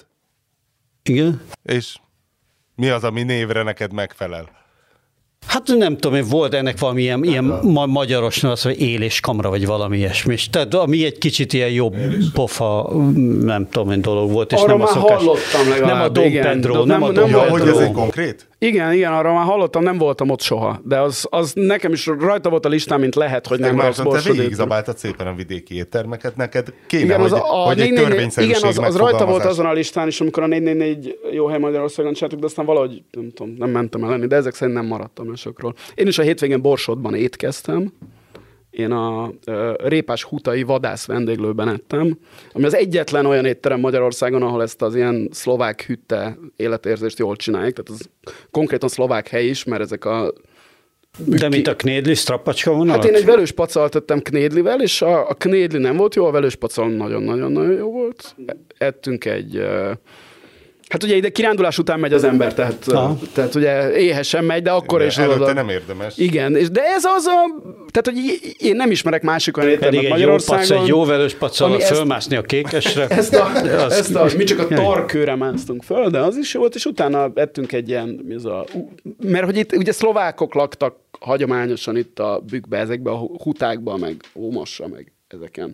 Igen. És mi az, ami névre neked megfelel? Hát nem tudom, volt ennek valami ilyen, ilyen ma- magyaros, az, hogy éléskamra, vagy valami ilyesmi. Tehát ami egy kicsit ilyen jobb pofa, nem tudom, én dolog volt. És arra nem már a szokás, hallottam legalább. Nem a Dom igen, Pedro, nem, nem a Dom ja, Pedro. Hogy ez egy konkrét? Igen, igen, arra már hallottam, nem voltam ott soha, de az, az nekem is rajta volt a listán, mint lehet, hogy nem rossz borsod. Te végigzabáltad szépen a vidéki éttermeket, neked kéne, igen, hogy, az, a, hogy egy törvényszerűség igen, az, az rajta volt azon a listán is, amikor a négy négy négy Jó Hely Magyarországon csináltuk, de aztán valahogy, nem tudom, nem mentem el lenni, de ezek szerint nem maradtam el sokról. Én is a hétvégén Borsodban étkeztem. Én a uh, Répás Hutai vadász vendéglőben ettem, ami az egyetlen olyan étterem Magyarországon, ahol ezt az ilyen szlovák hütte életérzést jól csinálják, tehát az konkrétan szlovák hely is, mert ezek a... De mint a knédli, strappacska vonalat? Hát én egy velős pacalt ettem knédlivel, és a, a knédli nem volt jó, a velős pacal nagyon-nagyon-nagyon jó volt. Ettünk egy... Uh, Hát ugye ide kirándulás után megy az ember, tehát, tehát ugye éhesen megy, de akkor de is... Előtte oda... nem érdemes. Igen, és de ez az a... Tehát, hogy én nem ismerek másik olyan éttermet Magyarországon. Pedig egy jó velős pacal fölmászni a kékesre. Ezt a, az... ezt a, mi csak a tarkőre másztunk föl, de az is jó volt, és utána ettünk egy ilyen... Ez a, mert hogy itt ugye szlovákok laktak hagyományosan itt a bükkbe, ezekbe a hutákba, meg Ómossra, meg ezeken.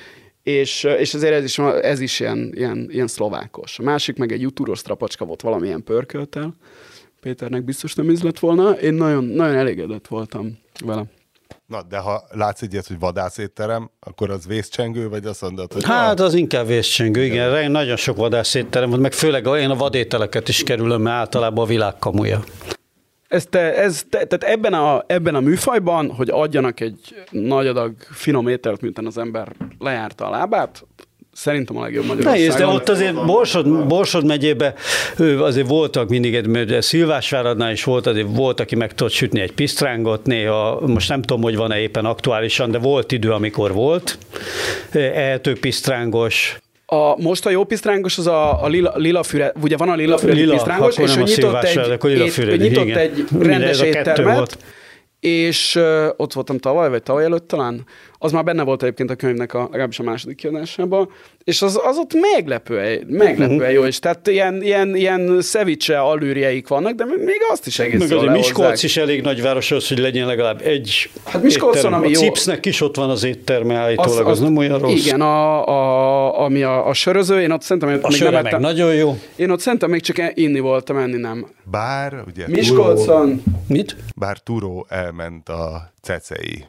És, és ezért ez is, ez is ilyen, ilyen, ilyen szlovákos. A másik meg egy jutúros strapacska volt valamilyen pörköltel. Péternek biztos nem ízlett volna. Én nagyon, nagyon elégedett voltam vele. Na, de ha látsz egyet, hogy vadászétterem, akkor az vészcsengő, vagy azt mondod, hogy... Hát az inkább vészcsengő, igen. igen. Nagyon sok vadászétterem van, meg főleg én a vadételeket is kerülöm, mert általában a világ kamuja. Ez te, ez te, tehát ebben a, ebben a műfajban, hogy adjanak egy nagy adag finom ételt, miután az ember lejárta a lábát, szerintem a legjobb Magyarországon. Nehéz, de ott azért Borsod, Borsod megyében azért voltak mindig, mert Szilvásváradnál is volt, azért volt, aki meg tudott sütni egy pisztrángot, néha, most nem tudom, hogy van-e éppen aktuálisan, de volt idő, amikor volt ehető pisztrángos. A, most a jó pisztrángos az a, a lila, lila füre, ugye van a lila füre lila, pisztrángos, és ő nyitott egy, ét, nyitott egy rendes éttermet, és uh, ott voltam tavaly, vagy tavaly előtt talán, az már benne volt egyébként a könyvnek a, legalábbis a második kiadásában, és az, az ott meglepően, meglepően jó, és tehát ilyen, ilyen, ilyen ceviche allűrjeik vannak, de még azt is egész meg jól azért lehozzák. Miskolc is elég nagy város az, hogy legyen legalább egy hát Miskolcon, ami a jó. Cipsnek is ott van az étterme állítólag, az, az, az nem olyan rossz. Igen, a, a, ami a, a söröző, én ott szerintem... A még nem meg nagyon jó. Én ott szerintem még csak inni voltam, enni nem. Bár, ugye... Miskolcon... Mit? Bár Turó elment a cecei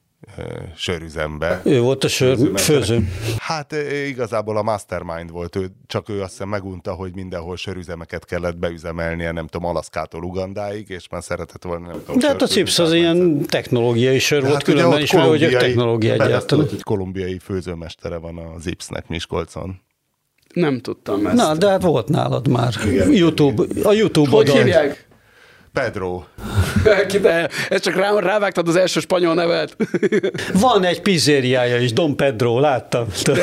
sörüzembe. Ő volt a sör főző. Hát igazából a mastermind volt, ő, csak ő azt hiszem megunta, hogy mindenhol sörüzemeket kellett beüzemelnie, nem tudom, Alaszkától Ugandáig, és már szeretett volna, nem tudom. De hát a Chips az ilyen technológiai sör volt, hát különben is, mert hogy a technológia egyáltalán. Hogy kolumbiai főzőmestere van az Ipsnek Miskolcon. Nem tudtam ezt. Na, de hát volt nálad már. Igen. YouTube, a YouTube hogy hívják? Pedro. Ez csak rá, rávágtad az első spanyol nevet. Van egy pizzériája is, Don Pedro, láttam.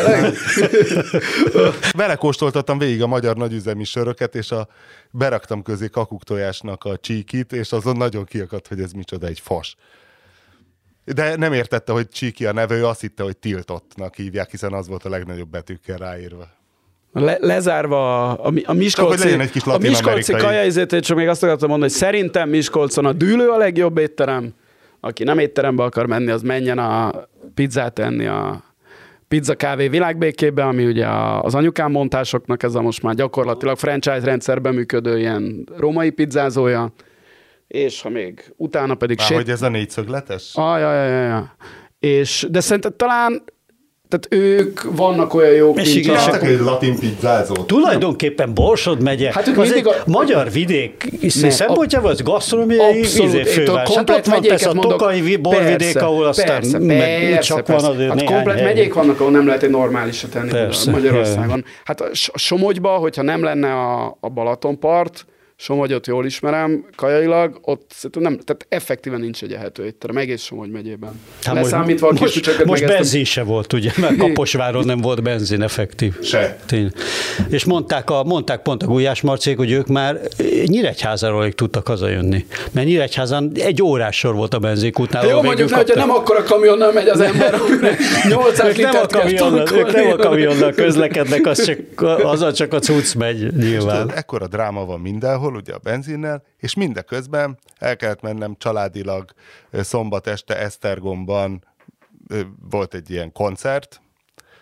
Vele kóstoltattam végig a magyar nagyüzemi söröket, és a, beraktam közé kakuktojásnak a csíkit, és azon nagyon kiakadt, hogy ez micsoda, egy fas. De nem értette, hogy csíki a neve, ő azt hitte, hogy tiltottnak hívják, hiszen az volt a legnagyobb betűkkel ráírva. Le, lezárva a, a Miskolci, a Miskolci kajaizét, csak még azt akartam mondani, hogy szerintem Miskolcon a Dűlő a legjobb étterem. Aki nem étterembe akar menni, az menjen a pizzát enni a Pizza Kávé Világbékébe, ami ugye az anyukám montásoknak ez a most már gyakorlatilag franchise rendszerben működő ilyen római pizzázója. És ha még utána pedig... Már sét... hogy ez a négyszögletes? Ah, ja, ja, ja, ja. És, de szerintem talán tehát ők vannak olyan jók, és mint a... egy latin pizzázót. Tulajdonképpen Borsod megye, hát az egy a... magyar vidék szempontjából az gasztronómiai főváros. Hát ott van persze a Tokai borvidék, ahol aztán persze, persze, csak persze. Van azért hát néhány komplet hely. Megyék vannak, ahol nem lehet egy normálisat tenni persze, Magyarországon. Hely. Hát a Somogyba, hogyha nem lenne a, a Balatonpart, Somogyot jól ismerem, kajailag, ott nem, tehát effektíven nincs egy ehető étterem, egész Somogy megyében. Hát leszámítva most, a most, most benzin se volt, ugye, mert Kaposváron nem volt benzin effektív. Se. Tény. És mondták, a, mondták pont a Gulyás Marcék, hogy ők már Nyíregyházáról tudtak hazajönni. Mert Nyíregyházán egy órás sor volt a benzinkútnál. Jó, mondjuk, hogy nem akkora kamionnal megy az ember, nyolcszáz litert kell tankolni. Nem a kamionnal közlekednek, az csak, azzal csak a cucc megy nyilván. Ekkora dráma van mindenhol, ugye a benzinnel, és mindeközben el kellett mennem családilag szombat este Esztergomban, volt egy ilyen koncert,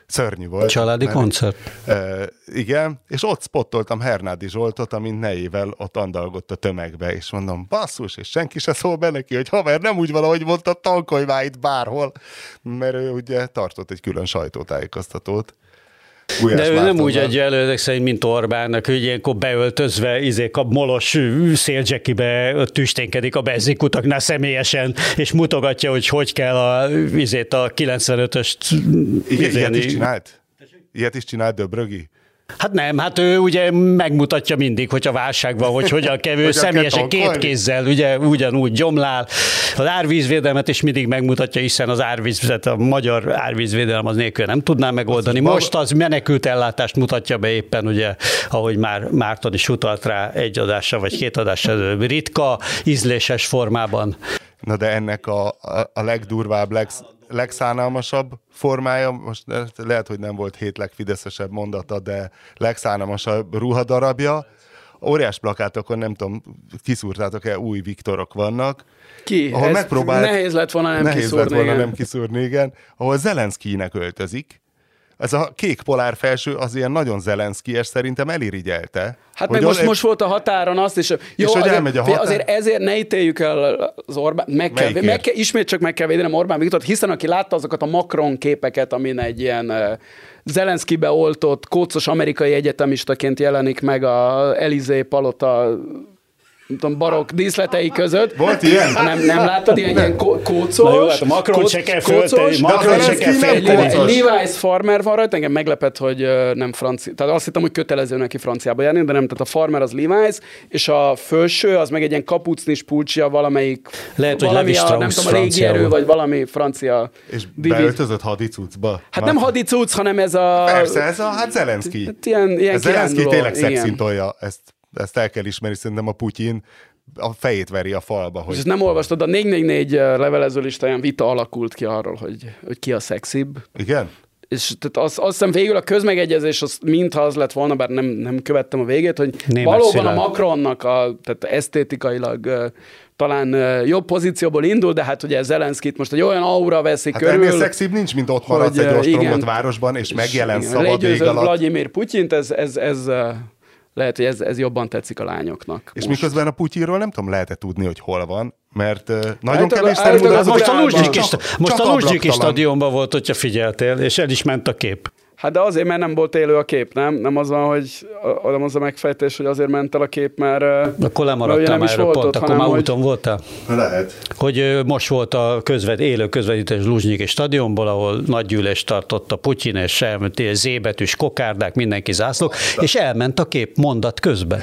Szörnyű volt. Családi mert, koncert. E, igen, és ott spottoltam Hernádi Zsoltot, amint nejével ott andalgott a tömegbe, és mondom, basszus, és senki se szól be neki, hogy haver, nem úgy valahogy mondta, tankolj már itt bárhol, mert ő ugye tartott egy külön sajtótájékoztatót. Gulyás De ő Mártonnal. nem úgy adja elő, ezek szerint, mint Orbánnak, hogy ilyenkor beöltözve, izé, kap molos széldzsekibe tüsténkedik a benzinkutaknál személyesen, és mutogatja, hogy hogy kell a, izét, a kilencvenötöst... Igen, ilyet is csinált? Ilyet is csinált Döbrögi? Hát nem, hát ő ugye megmutatja mindig, hogy a válság van, hogy hogyan kevő személyesen két kézzel, ugye ugyanúgy gyomlál. Az árvízvédelmet is mindig megmutatja, hiszen az árvízvet, a magyar árvízvédelem az nélkül nem tudná megoldani. Most az menekült ellátást mutatja be éppen, ugye, ahogy már Márton is utalt rá egy adással vagy két adással, ritka, ízléses formában. Na de ennek a, a, a legdurvább, legsz, legszánalmasabb formája, most lehet, hogy nem volt hét legfideszesebb mondata, de legszánalmasabb ruhadarabja. Óriás plakátokon, nem tudom, kiszúrtátok-e, új Viktorok vannak. Ki? Ahol megpróbált, nehéz lett volna nem nehéz kiszúrni. Nehéz lett volna nem kiszúrni, igen. Ahol Zelenszkijnek öltözik. Ez a kék polár felső az ilyen nagyon Zelenszkijes, szerintem elirigyelte. Hát meg most, egy... most volt a határon azt, és, jó, és azért, elmegy a határ... azért ezért ne ítéljük el az Orbán, meg kell, meg kell, ismét csak meg kell védenem Orbán Viktort, hiszen aki látta azokat a Macron képeket, amin egy ilyen uh, Zelenszkibe oltott, kócos amerikai egyetemistaként jelenik meg a Elizé palota nem tudom, barokk díszletei között. Volt ilyen? Nem, nem láttad ilyen, ilyen kócos? Na jó, hát a Macron se kell föltenni. Macron se kell föltenni. Levi's Farmer van rajta, engem meglepett, hogy nem francia. Tehát azt hittem, hogy kötelező neki franciába járni, de nem, tehát a Farmer az Levi's, és a felső az meg egy ilyen kapucnis pulcsia valamelyik, lehet, hogy valami a, nem tudom, a légierő, vagy valami francia. És beöltözött hadicucba? Hát nem hadicuc, hanem ez a... Persze, ez a, hát Zelenszky. Hát ilyen, ilyen Zelenszky tényleg szexintolja, ezt Ezt el kell ismerni, szerintem a Putyin a fejét veri a falba. Hogy... És ezt nem olvastad, a négy négy négy levelező listáján vita alakult ki arról, hogy, hogy ki a szexibb. Igen? És tehát azt, azt hiszem végül a közmegegyezés, az, mintha az lett volna, bár nem, nem követtem a végét, hogy német valóban szilárd. A Macronnak a, tehát esztétikailag uh, talán uh, jobb pozícióból indul, de hát ugye Zelenszkit most egy olyan aura veszi hát körül. Ennél szexibb nincs, mint ott maradsz egy ostromlott városban, és megjelen szabad ég alatt. Vladimir Putyint, ez... ez, ez uh, lehet, hogy ez, ez jobban tetszik a lányoknak. És most. Miközben a Putyinról nem tudom, lehet-e tudni, hogy hol van, mert uh, nagyon kevés nem mutat. Most a Luzsnyiki stadionban volt, hogyha figyeltél, és el is ment a kép. Hát de azért, mert nem volt élő a kép, nem? Nem az van, hogy nem az a megfejtés, hogy azért ment el a kép, mert... Akkor lemaradtam már erről pont, akkor már úton voltál? Lehet. Hogy most volt a közvet, élő közvetítés Luzsnyiki stadionból, ahol nagy gyűlést tartott a Putyin, és elment zébetűs kokárdák, mindenki zászlók, és elment a kép mondat közben.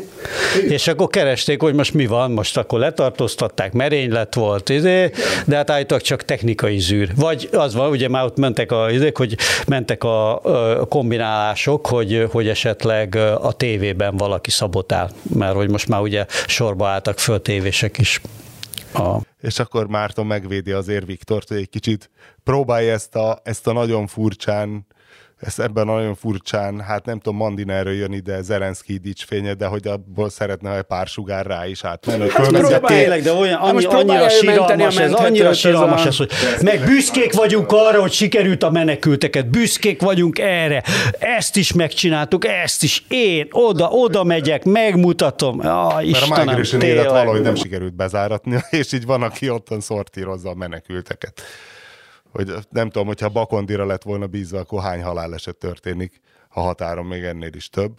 És akkor keresték, hogy most mi van, most akkor letartóztatták, merénylet volt, de hát állítólag csak technikai zűr. Vagy az van, ugye már ott mentek a, hogy mentek a a kombinálások, hogy, hogy esetleg a tévében valaki szabotál, mert hogy most már ugye sorba álltak föl tévések is. A... És akkor Márton megvédi azért Viktort, hogy egy kicsit próbálja ezt a, ezt a nagyon furcsán, ezt ebben a nagyon furcsán, hát nem tudom, Mandinerről jön ide Zelenszky dicsfénye, de hogy abból szeretne, hogy pár sugár rá is átmenni. Hát tényleg, de olyan, annyi, annyira síralmas ez, annyira síralmas ez, hogy meg büszkék vagyunk arra, hogy sikerült a menekülteket, büszkék vagyunk erre, ezt is megcsináltuk, ezt is én, oda, oda megyek, megmutatom. Ah, Istenem, mert a Migration élet valahogy nem sikerült bezáratni, és így van, aki ottan szortírozza a menekülteket. Hogy nem tudom, hogyha Bakondira lett volna bízva, akkor hány haláleset történik a határon, még ennél is több.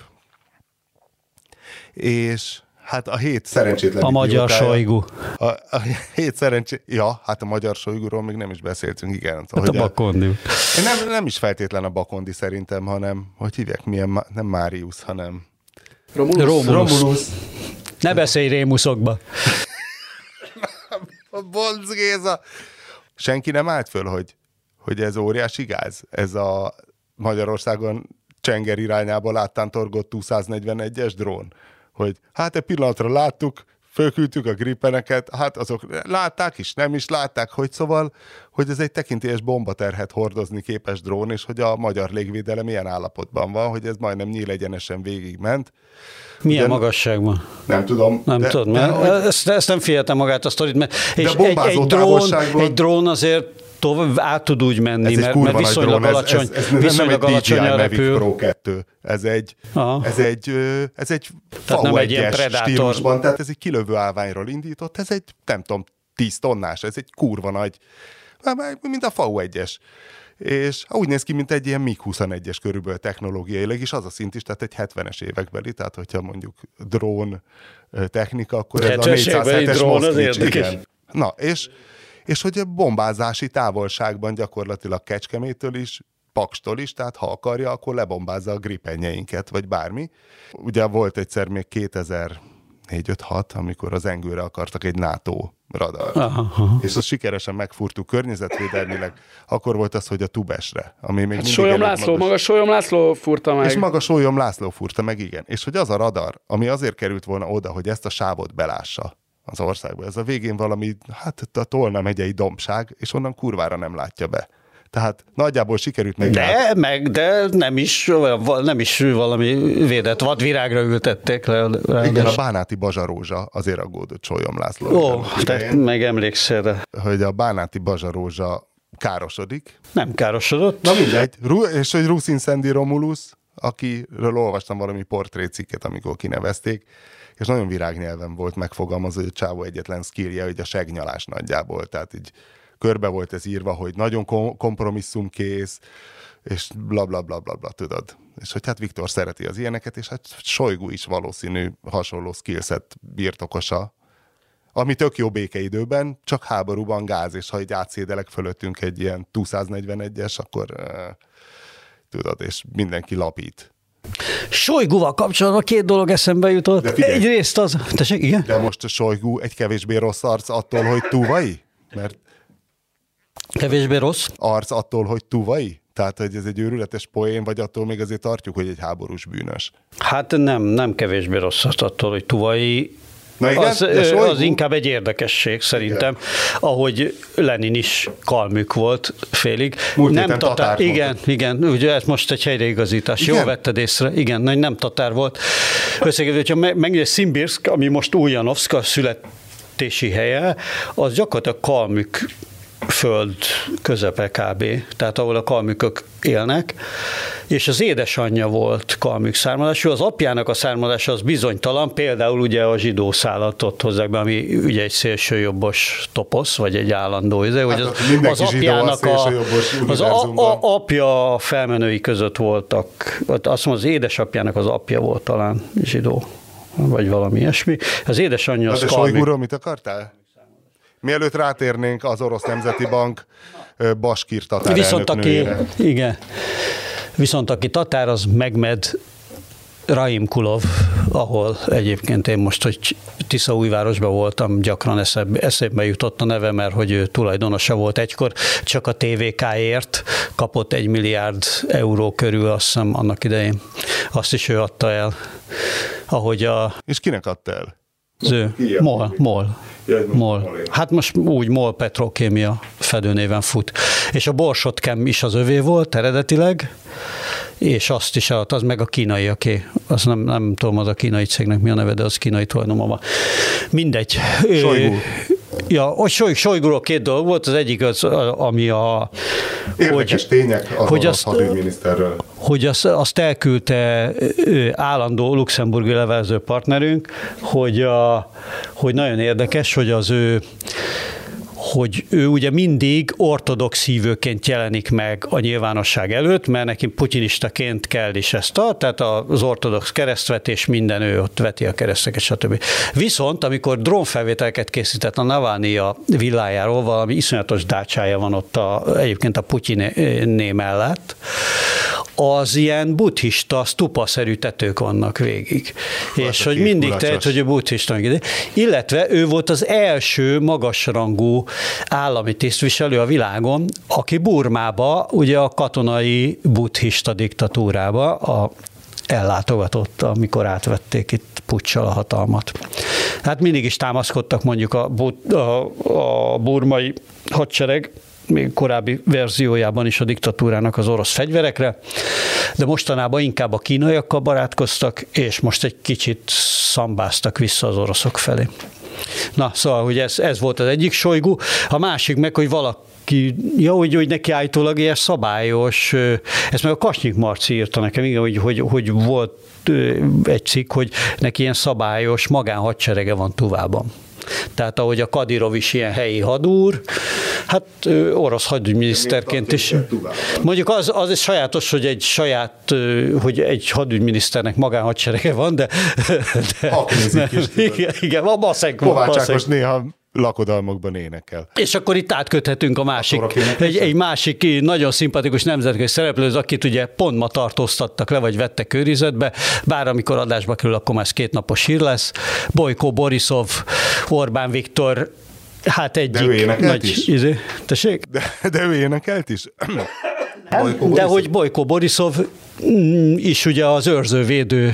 És hát a hét szerencsétlen A magyar Sojgu. A, a hét szerencsé... Ja, hát a magyar Sojguról még nem is beszéltünk, igen. Hát a Bakondi. Nem, nem is feltétlen a Bakondi szerintem, hanem, hogy hívják, milyen, nem Máriusz, hanem... Romulus. Romulus. Romulus. Ne beszélj rémuszokba. A Bonc Géza. Senki nem állt föl, hogy, hogy ez óriási gáz? Ez a Magyarországon Csenger irányába láttántorgott U száznegyvenegyes drón? Hogy hát egy pillanatra láttuk, fölküldtük a Gripeneket, hát azok látták is, nem is látták, hogy szóval, hogy ez egy tekintélyes bombaterhet hordozni képes drón, és hogy a magyar légvédelem ilyen állapotban van, hogy ez majdnem nyílegyenesen végigment. Milyen Ugyan, magasságban? Nem tudom. Nem tudom, mert hogy... ezt, ezt nem figyeltem magát a sztorit, mert és egy, egy, drón, egy drón azért tovább át tud úgy menni, mert, mert viszonylag alacsony, ez, ez, ez viszonylag alacsonyan repül. Pro kettő. Ez egy, ez egy, ez egy F egyes stílusban, tehát ez egy kilövő állványról indított, ez egy, nem tudom, tíz tonnás, ez egy kurva nagy, mint a F egyes. És úgy néz ki, mint egy ilyen mig huszonegyes körülbelül technológiailag, és az a szint is, tehát egy hetvenes évekbeli, tehát hogyha mondjuk drón technika, akkor ez a négyszázhetes Moszkvics. Igen. Na, és, és hogy a bombázási távolságban gyakorlatilag Kecskemétől is, Pakstól is, tehát ha akarja, akkor lebombázza a gripenjeinket, vagy bármi. Ugye volt egyszer még kétezer-négy öt hat, amikor az Engőre akartak egy NATO radar. Aha. És azt sikeresen megfúrtuk környezetvédelmileg. Akkor volt az, hogy a Tubesre, ami még hát Sólyom László, magas... maga Sólyom László furta meg. És maga Sólyom László furta meg, igen. És hogy az a radar, ami azért került volna oda, hogy ezt a sávot belássa az országba, ez a végén valami, hát a Tolna megyei dombság, és onnan kurvára nem látja be. Tehát nagyjából sikerült meg. De, meg, de nem is, nem is valami védett vadvirágra ültették le. Igen, a bánáti bazsarózsa azért aggódott Sólyom László. Ó, te meg emlékszel rá. Hogy a bánáti bazsarózsa károsodik. Nem károsodott. Na mindegy. És hogy Ruszin Szendi Romulus, akiről olvastam valami portrécikket, amikor kinevezték, és nagyon virágnyelven volt megfogalmazva, hogy a csávó egyetlen skillje, hogy a segnyalás nagyjából, tehát így körbe volt ez írva, hogy nagyon kompromisszumkész, és bla bla bla bla bla, tudod. És hogy hát Viktor szereti az ilyeneket, és hát Sojgu is valószínű hasonló skillset birtokosa, ami tök jó békeidőben, csak háborúban gáz, és ha így átszédelek fölöttünk egy ilyen kétszáznegyvenegyes, akkor uh, tudod, és mindenki lapít. Sojguval kapcsolatban két dolog eszembe jutott. Egyrészt az... Tessék, igen? De most a Sojgu egy kevésbé rossz arc attól, hogy Tuvai? Mert kevésbé rossz? Arc attól, hogy Tuvai? Tehát, hogy ez egy őrületes poén, vagy attól még azért tartjuk, hogy egy háborús bűnös? Hát nem, nem kevésbé rossz attól, hogy Tuvai. Na igen, az, az inkább egy érdekesség szerintem, igen. Ahogy Lenin is kalmük volt félig. Múlt nem tatár, tatár igen, volt. igen, ugye ez most egy helyreigazítás. Jól vetted észre, igen, nem tatár volt. Összegedő, hogyha megnézed Szimbirszk, ami most Uljanovszka születési helye, az gyakorlatilag kalmük föld közepe kb. Tehát ahol a kalmükök élnek, és az édesanyja volt kalmük származású, az apjának a származása az bizonytalan, például ugye a zsidó szállat ott hozzák be, ami ugye egy szélsőjobbos toposz, vagy egy állandó, hát hogy az, az apjának a, az a, a, apja felmenői között voltak, azt mondom, az édesapjának az apja volt talán zsidó, vagy valami ilyesmi. Az édesanyja az kalmük. De Sojguról mit akartál? Mielőtt rátérnénk az Orosz Nemzeti Bank baskír tatár Viszont aki, igen. Viszont aki tatár, az Megmed Rahimkulov, ahol egyébként én most, hogy Tiszaújvárosban voltam, gyakran eszembe, eszembe jutott a neve, mert hogy ő tulajdonosa volt egykor, csak a té vé ká-ért kapott egy milliárd euró körül, azt hiszem annak idején. Azt is ő adta el. Ahogy a... És kinek adta el? Az ő. MOL. MOL. MOL. Hát most úgy MOL Petrokémia fedőnéven fut. És a Borsotkem is az övé volt eredetileg, és azt is, az meg a kínaiaké. Azt nem, nem tudom, az a kínai cégnek mi a neve, de az kínai tulajdonban. Mindegy. Sojgu. Ja, hogy Sojguról két dolog volt, az egyik az, ami a... Érdekes hogy, tények az hogy orosz hadügyminiszterről. Hogy azt, azt elküldte állandó luxemburgi levelező partnerünk, hogy, a, hogy nagyon érdekes, hogy az ő hogy ő ugye mindig ortodox hívőként jelenik meg a nyilvánosság előtt, mert neki putyinistaként kell is ezt a, tehát az ortodox keresztvetés, minden ő ott veti a kereszteket, stb. Viszont, amikor drónfelvételeket készített a Navalnyi a villájáról, valami iszonyatos dácsája van ott a, egyébként a Putyiné mellett, az ilyen buddhista, stupaszerű tetők vannak végig. Hát és hogy mindig tehet, hogy ő buddhista. Illetve ő volt az első magasrangú állami tisztviselő a világon, aki Burmába, ugye a katonai buddhista diktatúrába a, ellátogatott, amikor átvették itt puccsal a hatalmat. Hát mindig is támaszkodtak mondjuk a, a, a burmai hadsereg, még korábbi verziójában is a diktatúrának az orosz fegyverekre, de mostanában inkább a kínaiakkal barátkoztak, és most egy kicsit szambáztak vissza az oroszok felé. Na, szóval, hogy ez, ez volt az egyik Sojgu, a másik meg, hogy valaki ki, ja, hogy, hogy neki állítólag ilyen szabályos, ezt meg a Kasnyik Marci írta nekem, igen, hogy, hogy, hogy volt egy cikk, hogy neki ilyen szabályos magánhadserege van Tuvában. Tehát ahogy a Kadirov is ilyen helyi hadúr, hát orosz hadügyminiszterként is. Mondjuk az, az is sajátos, hogy egy saját, hogy egy hadügyminiszternek magánhadserege van, de... de igen, igen, a baszeg. Kovács Ákos néha lakodalmakban énekel. És akkor itt átköthetünk a másik, egy, egy másik nagyon szimpatikus nemzetközi szereplőhöz, akit ugye pont ma tartóztattak le, vagy vettek őrizetbe, bár amikor adásba kerül, akkor már ez kétnapos hír lesz. Bojko Borisov, Orbán Viktor, hát egyik... De ő énekelt nagy, is? Izé, tessék? De, de ő énekelt is? Bojko de hogy Bojko Borisov is ugye az őrzővédő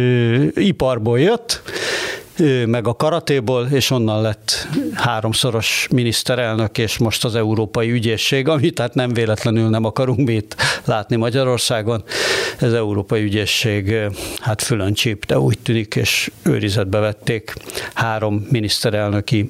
iparból jött, meg a karatéból, és onnan lett háromszoros miniszterelnök, és most az Európai Ügyészség, amit tehát nem véletlenül nem akarunk mit látni Magyarországon. Ez Európai Ügyészség hát fülön csíp, de úgy tűnik, és őrizetbe vették három miniszterelnöki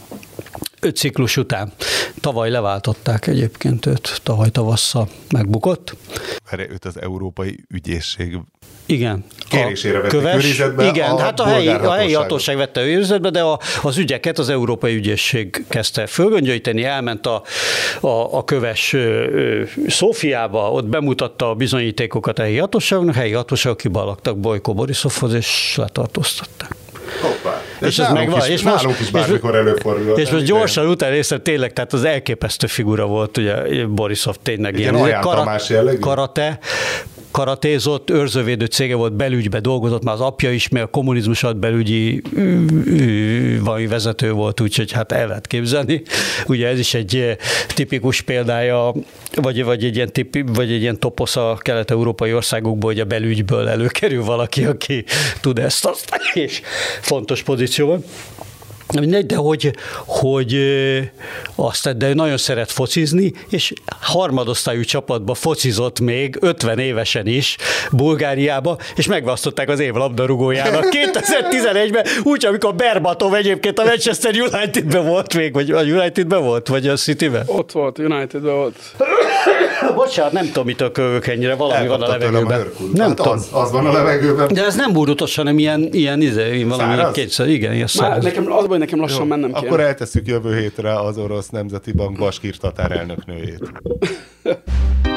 öt ciklus után. Tavaly leváltották egyébként őt, tavaly tavasszal megbukott. Mert őt az Európai Ügyészség igen. Kérésére vették őrizetbe. Igen, a hát a helyi, a helyi hatóság vette őrizetbe, de a, az ügyeket az Európai Ügyészség kezdte fölgöngyölíteni, elment a, a, a köves ö, Szófiába, ott bemutatta a bizonyítékokat a helyi hatóságnak, a helyi hatóságok kibalagtak Bojko Borisovhoz, és letartóztatták. Hoppá. És ez megvan. És most, is bármikor előfordul. És most gyorsan utána részlet tényleg, tehát az elképesztő figura volt, ugye Borisov tényleg ilyen, ilyen karat, karate, karatézott, őrzővédő cége volt, belügybe dolgozott, már az apja is, mert a kommunizmus alatt belügyi valami vezető volt, úgyhogy hát el lehet képzelni. Ugye ez is egy tipikus példája, vagy, vagy, egy, ilyen tipi, vagy egy ilyen toposz a kelet-európai országokból, hogy a belügyből előkerül valaki, aki tud ezt, azt, és fontos pozícióban. De hogy, hogy azt, de nagyon szeret focizni, és harmadosztályú csapatba focizott még ötven évesen is Bulgáriába, és megválasztották az év labdarúgójának kétezer-tizenegyben, úgy, amikor Berbatov egyébként a Manchester Unitedben volt még, vagy a Unitedben volt, vagy a Cityben? Ott volt, Unitedben volt. Bocsánat, nem tudom, mitől kövök ennyire, valami van a levegőben. Nem hát tudom. Az, az van a levegőben. De ez nem burrutos, hanem ilyen, ilyen, ilyen valami kétszer, igen, ilyen száraz. Nekem, az baj, nekem lassan jó, mennem kell. Akkor eltesszük jövő hétre az Orosz Nemzeti Bank baskír tatár elnöknőjét.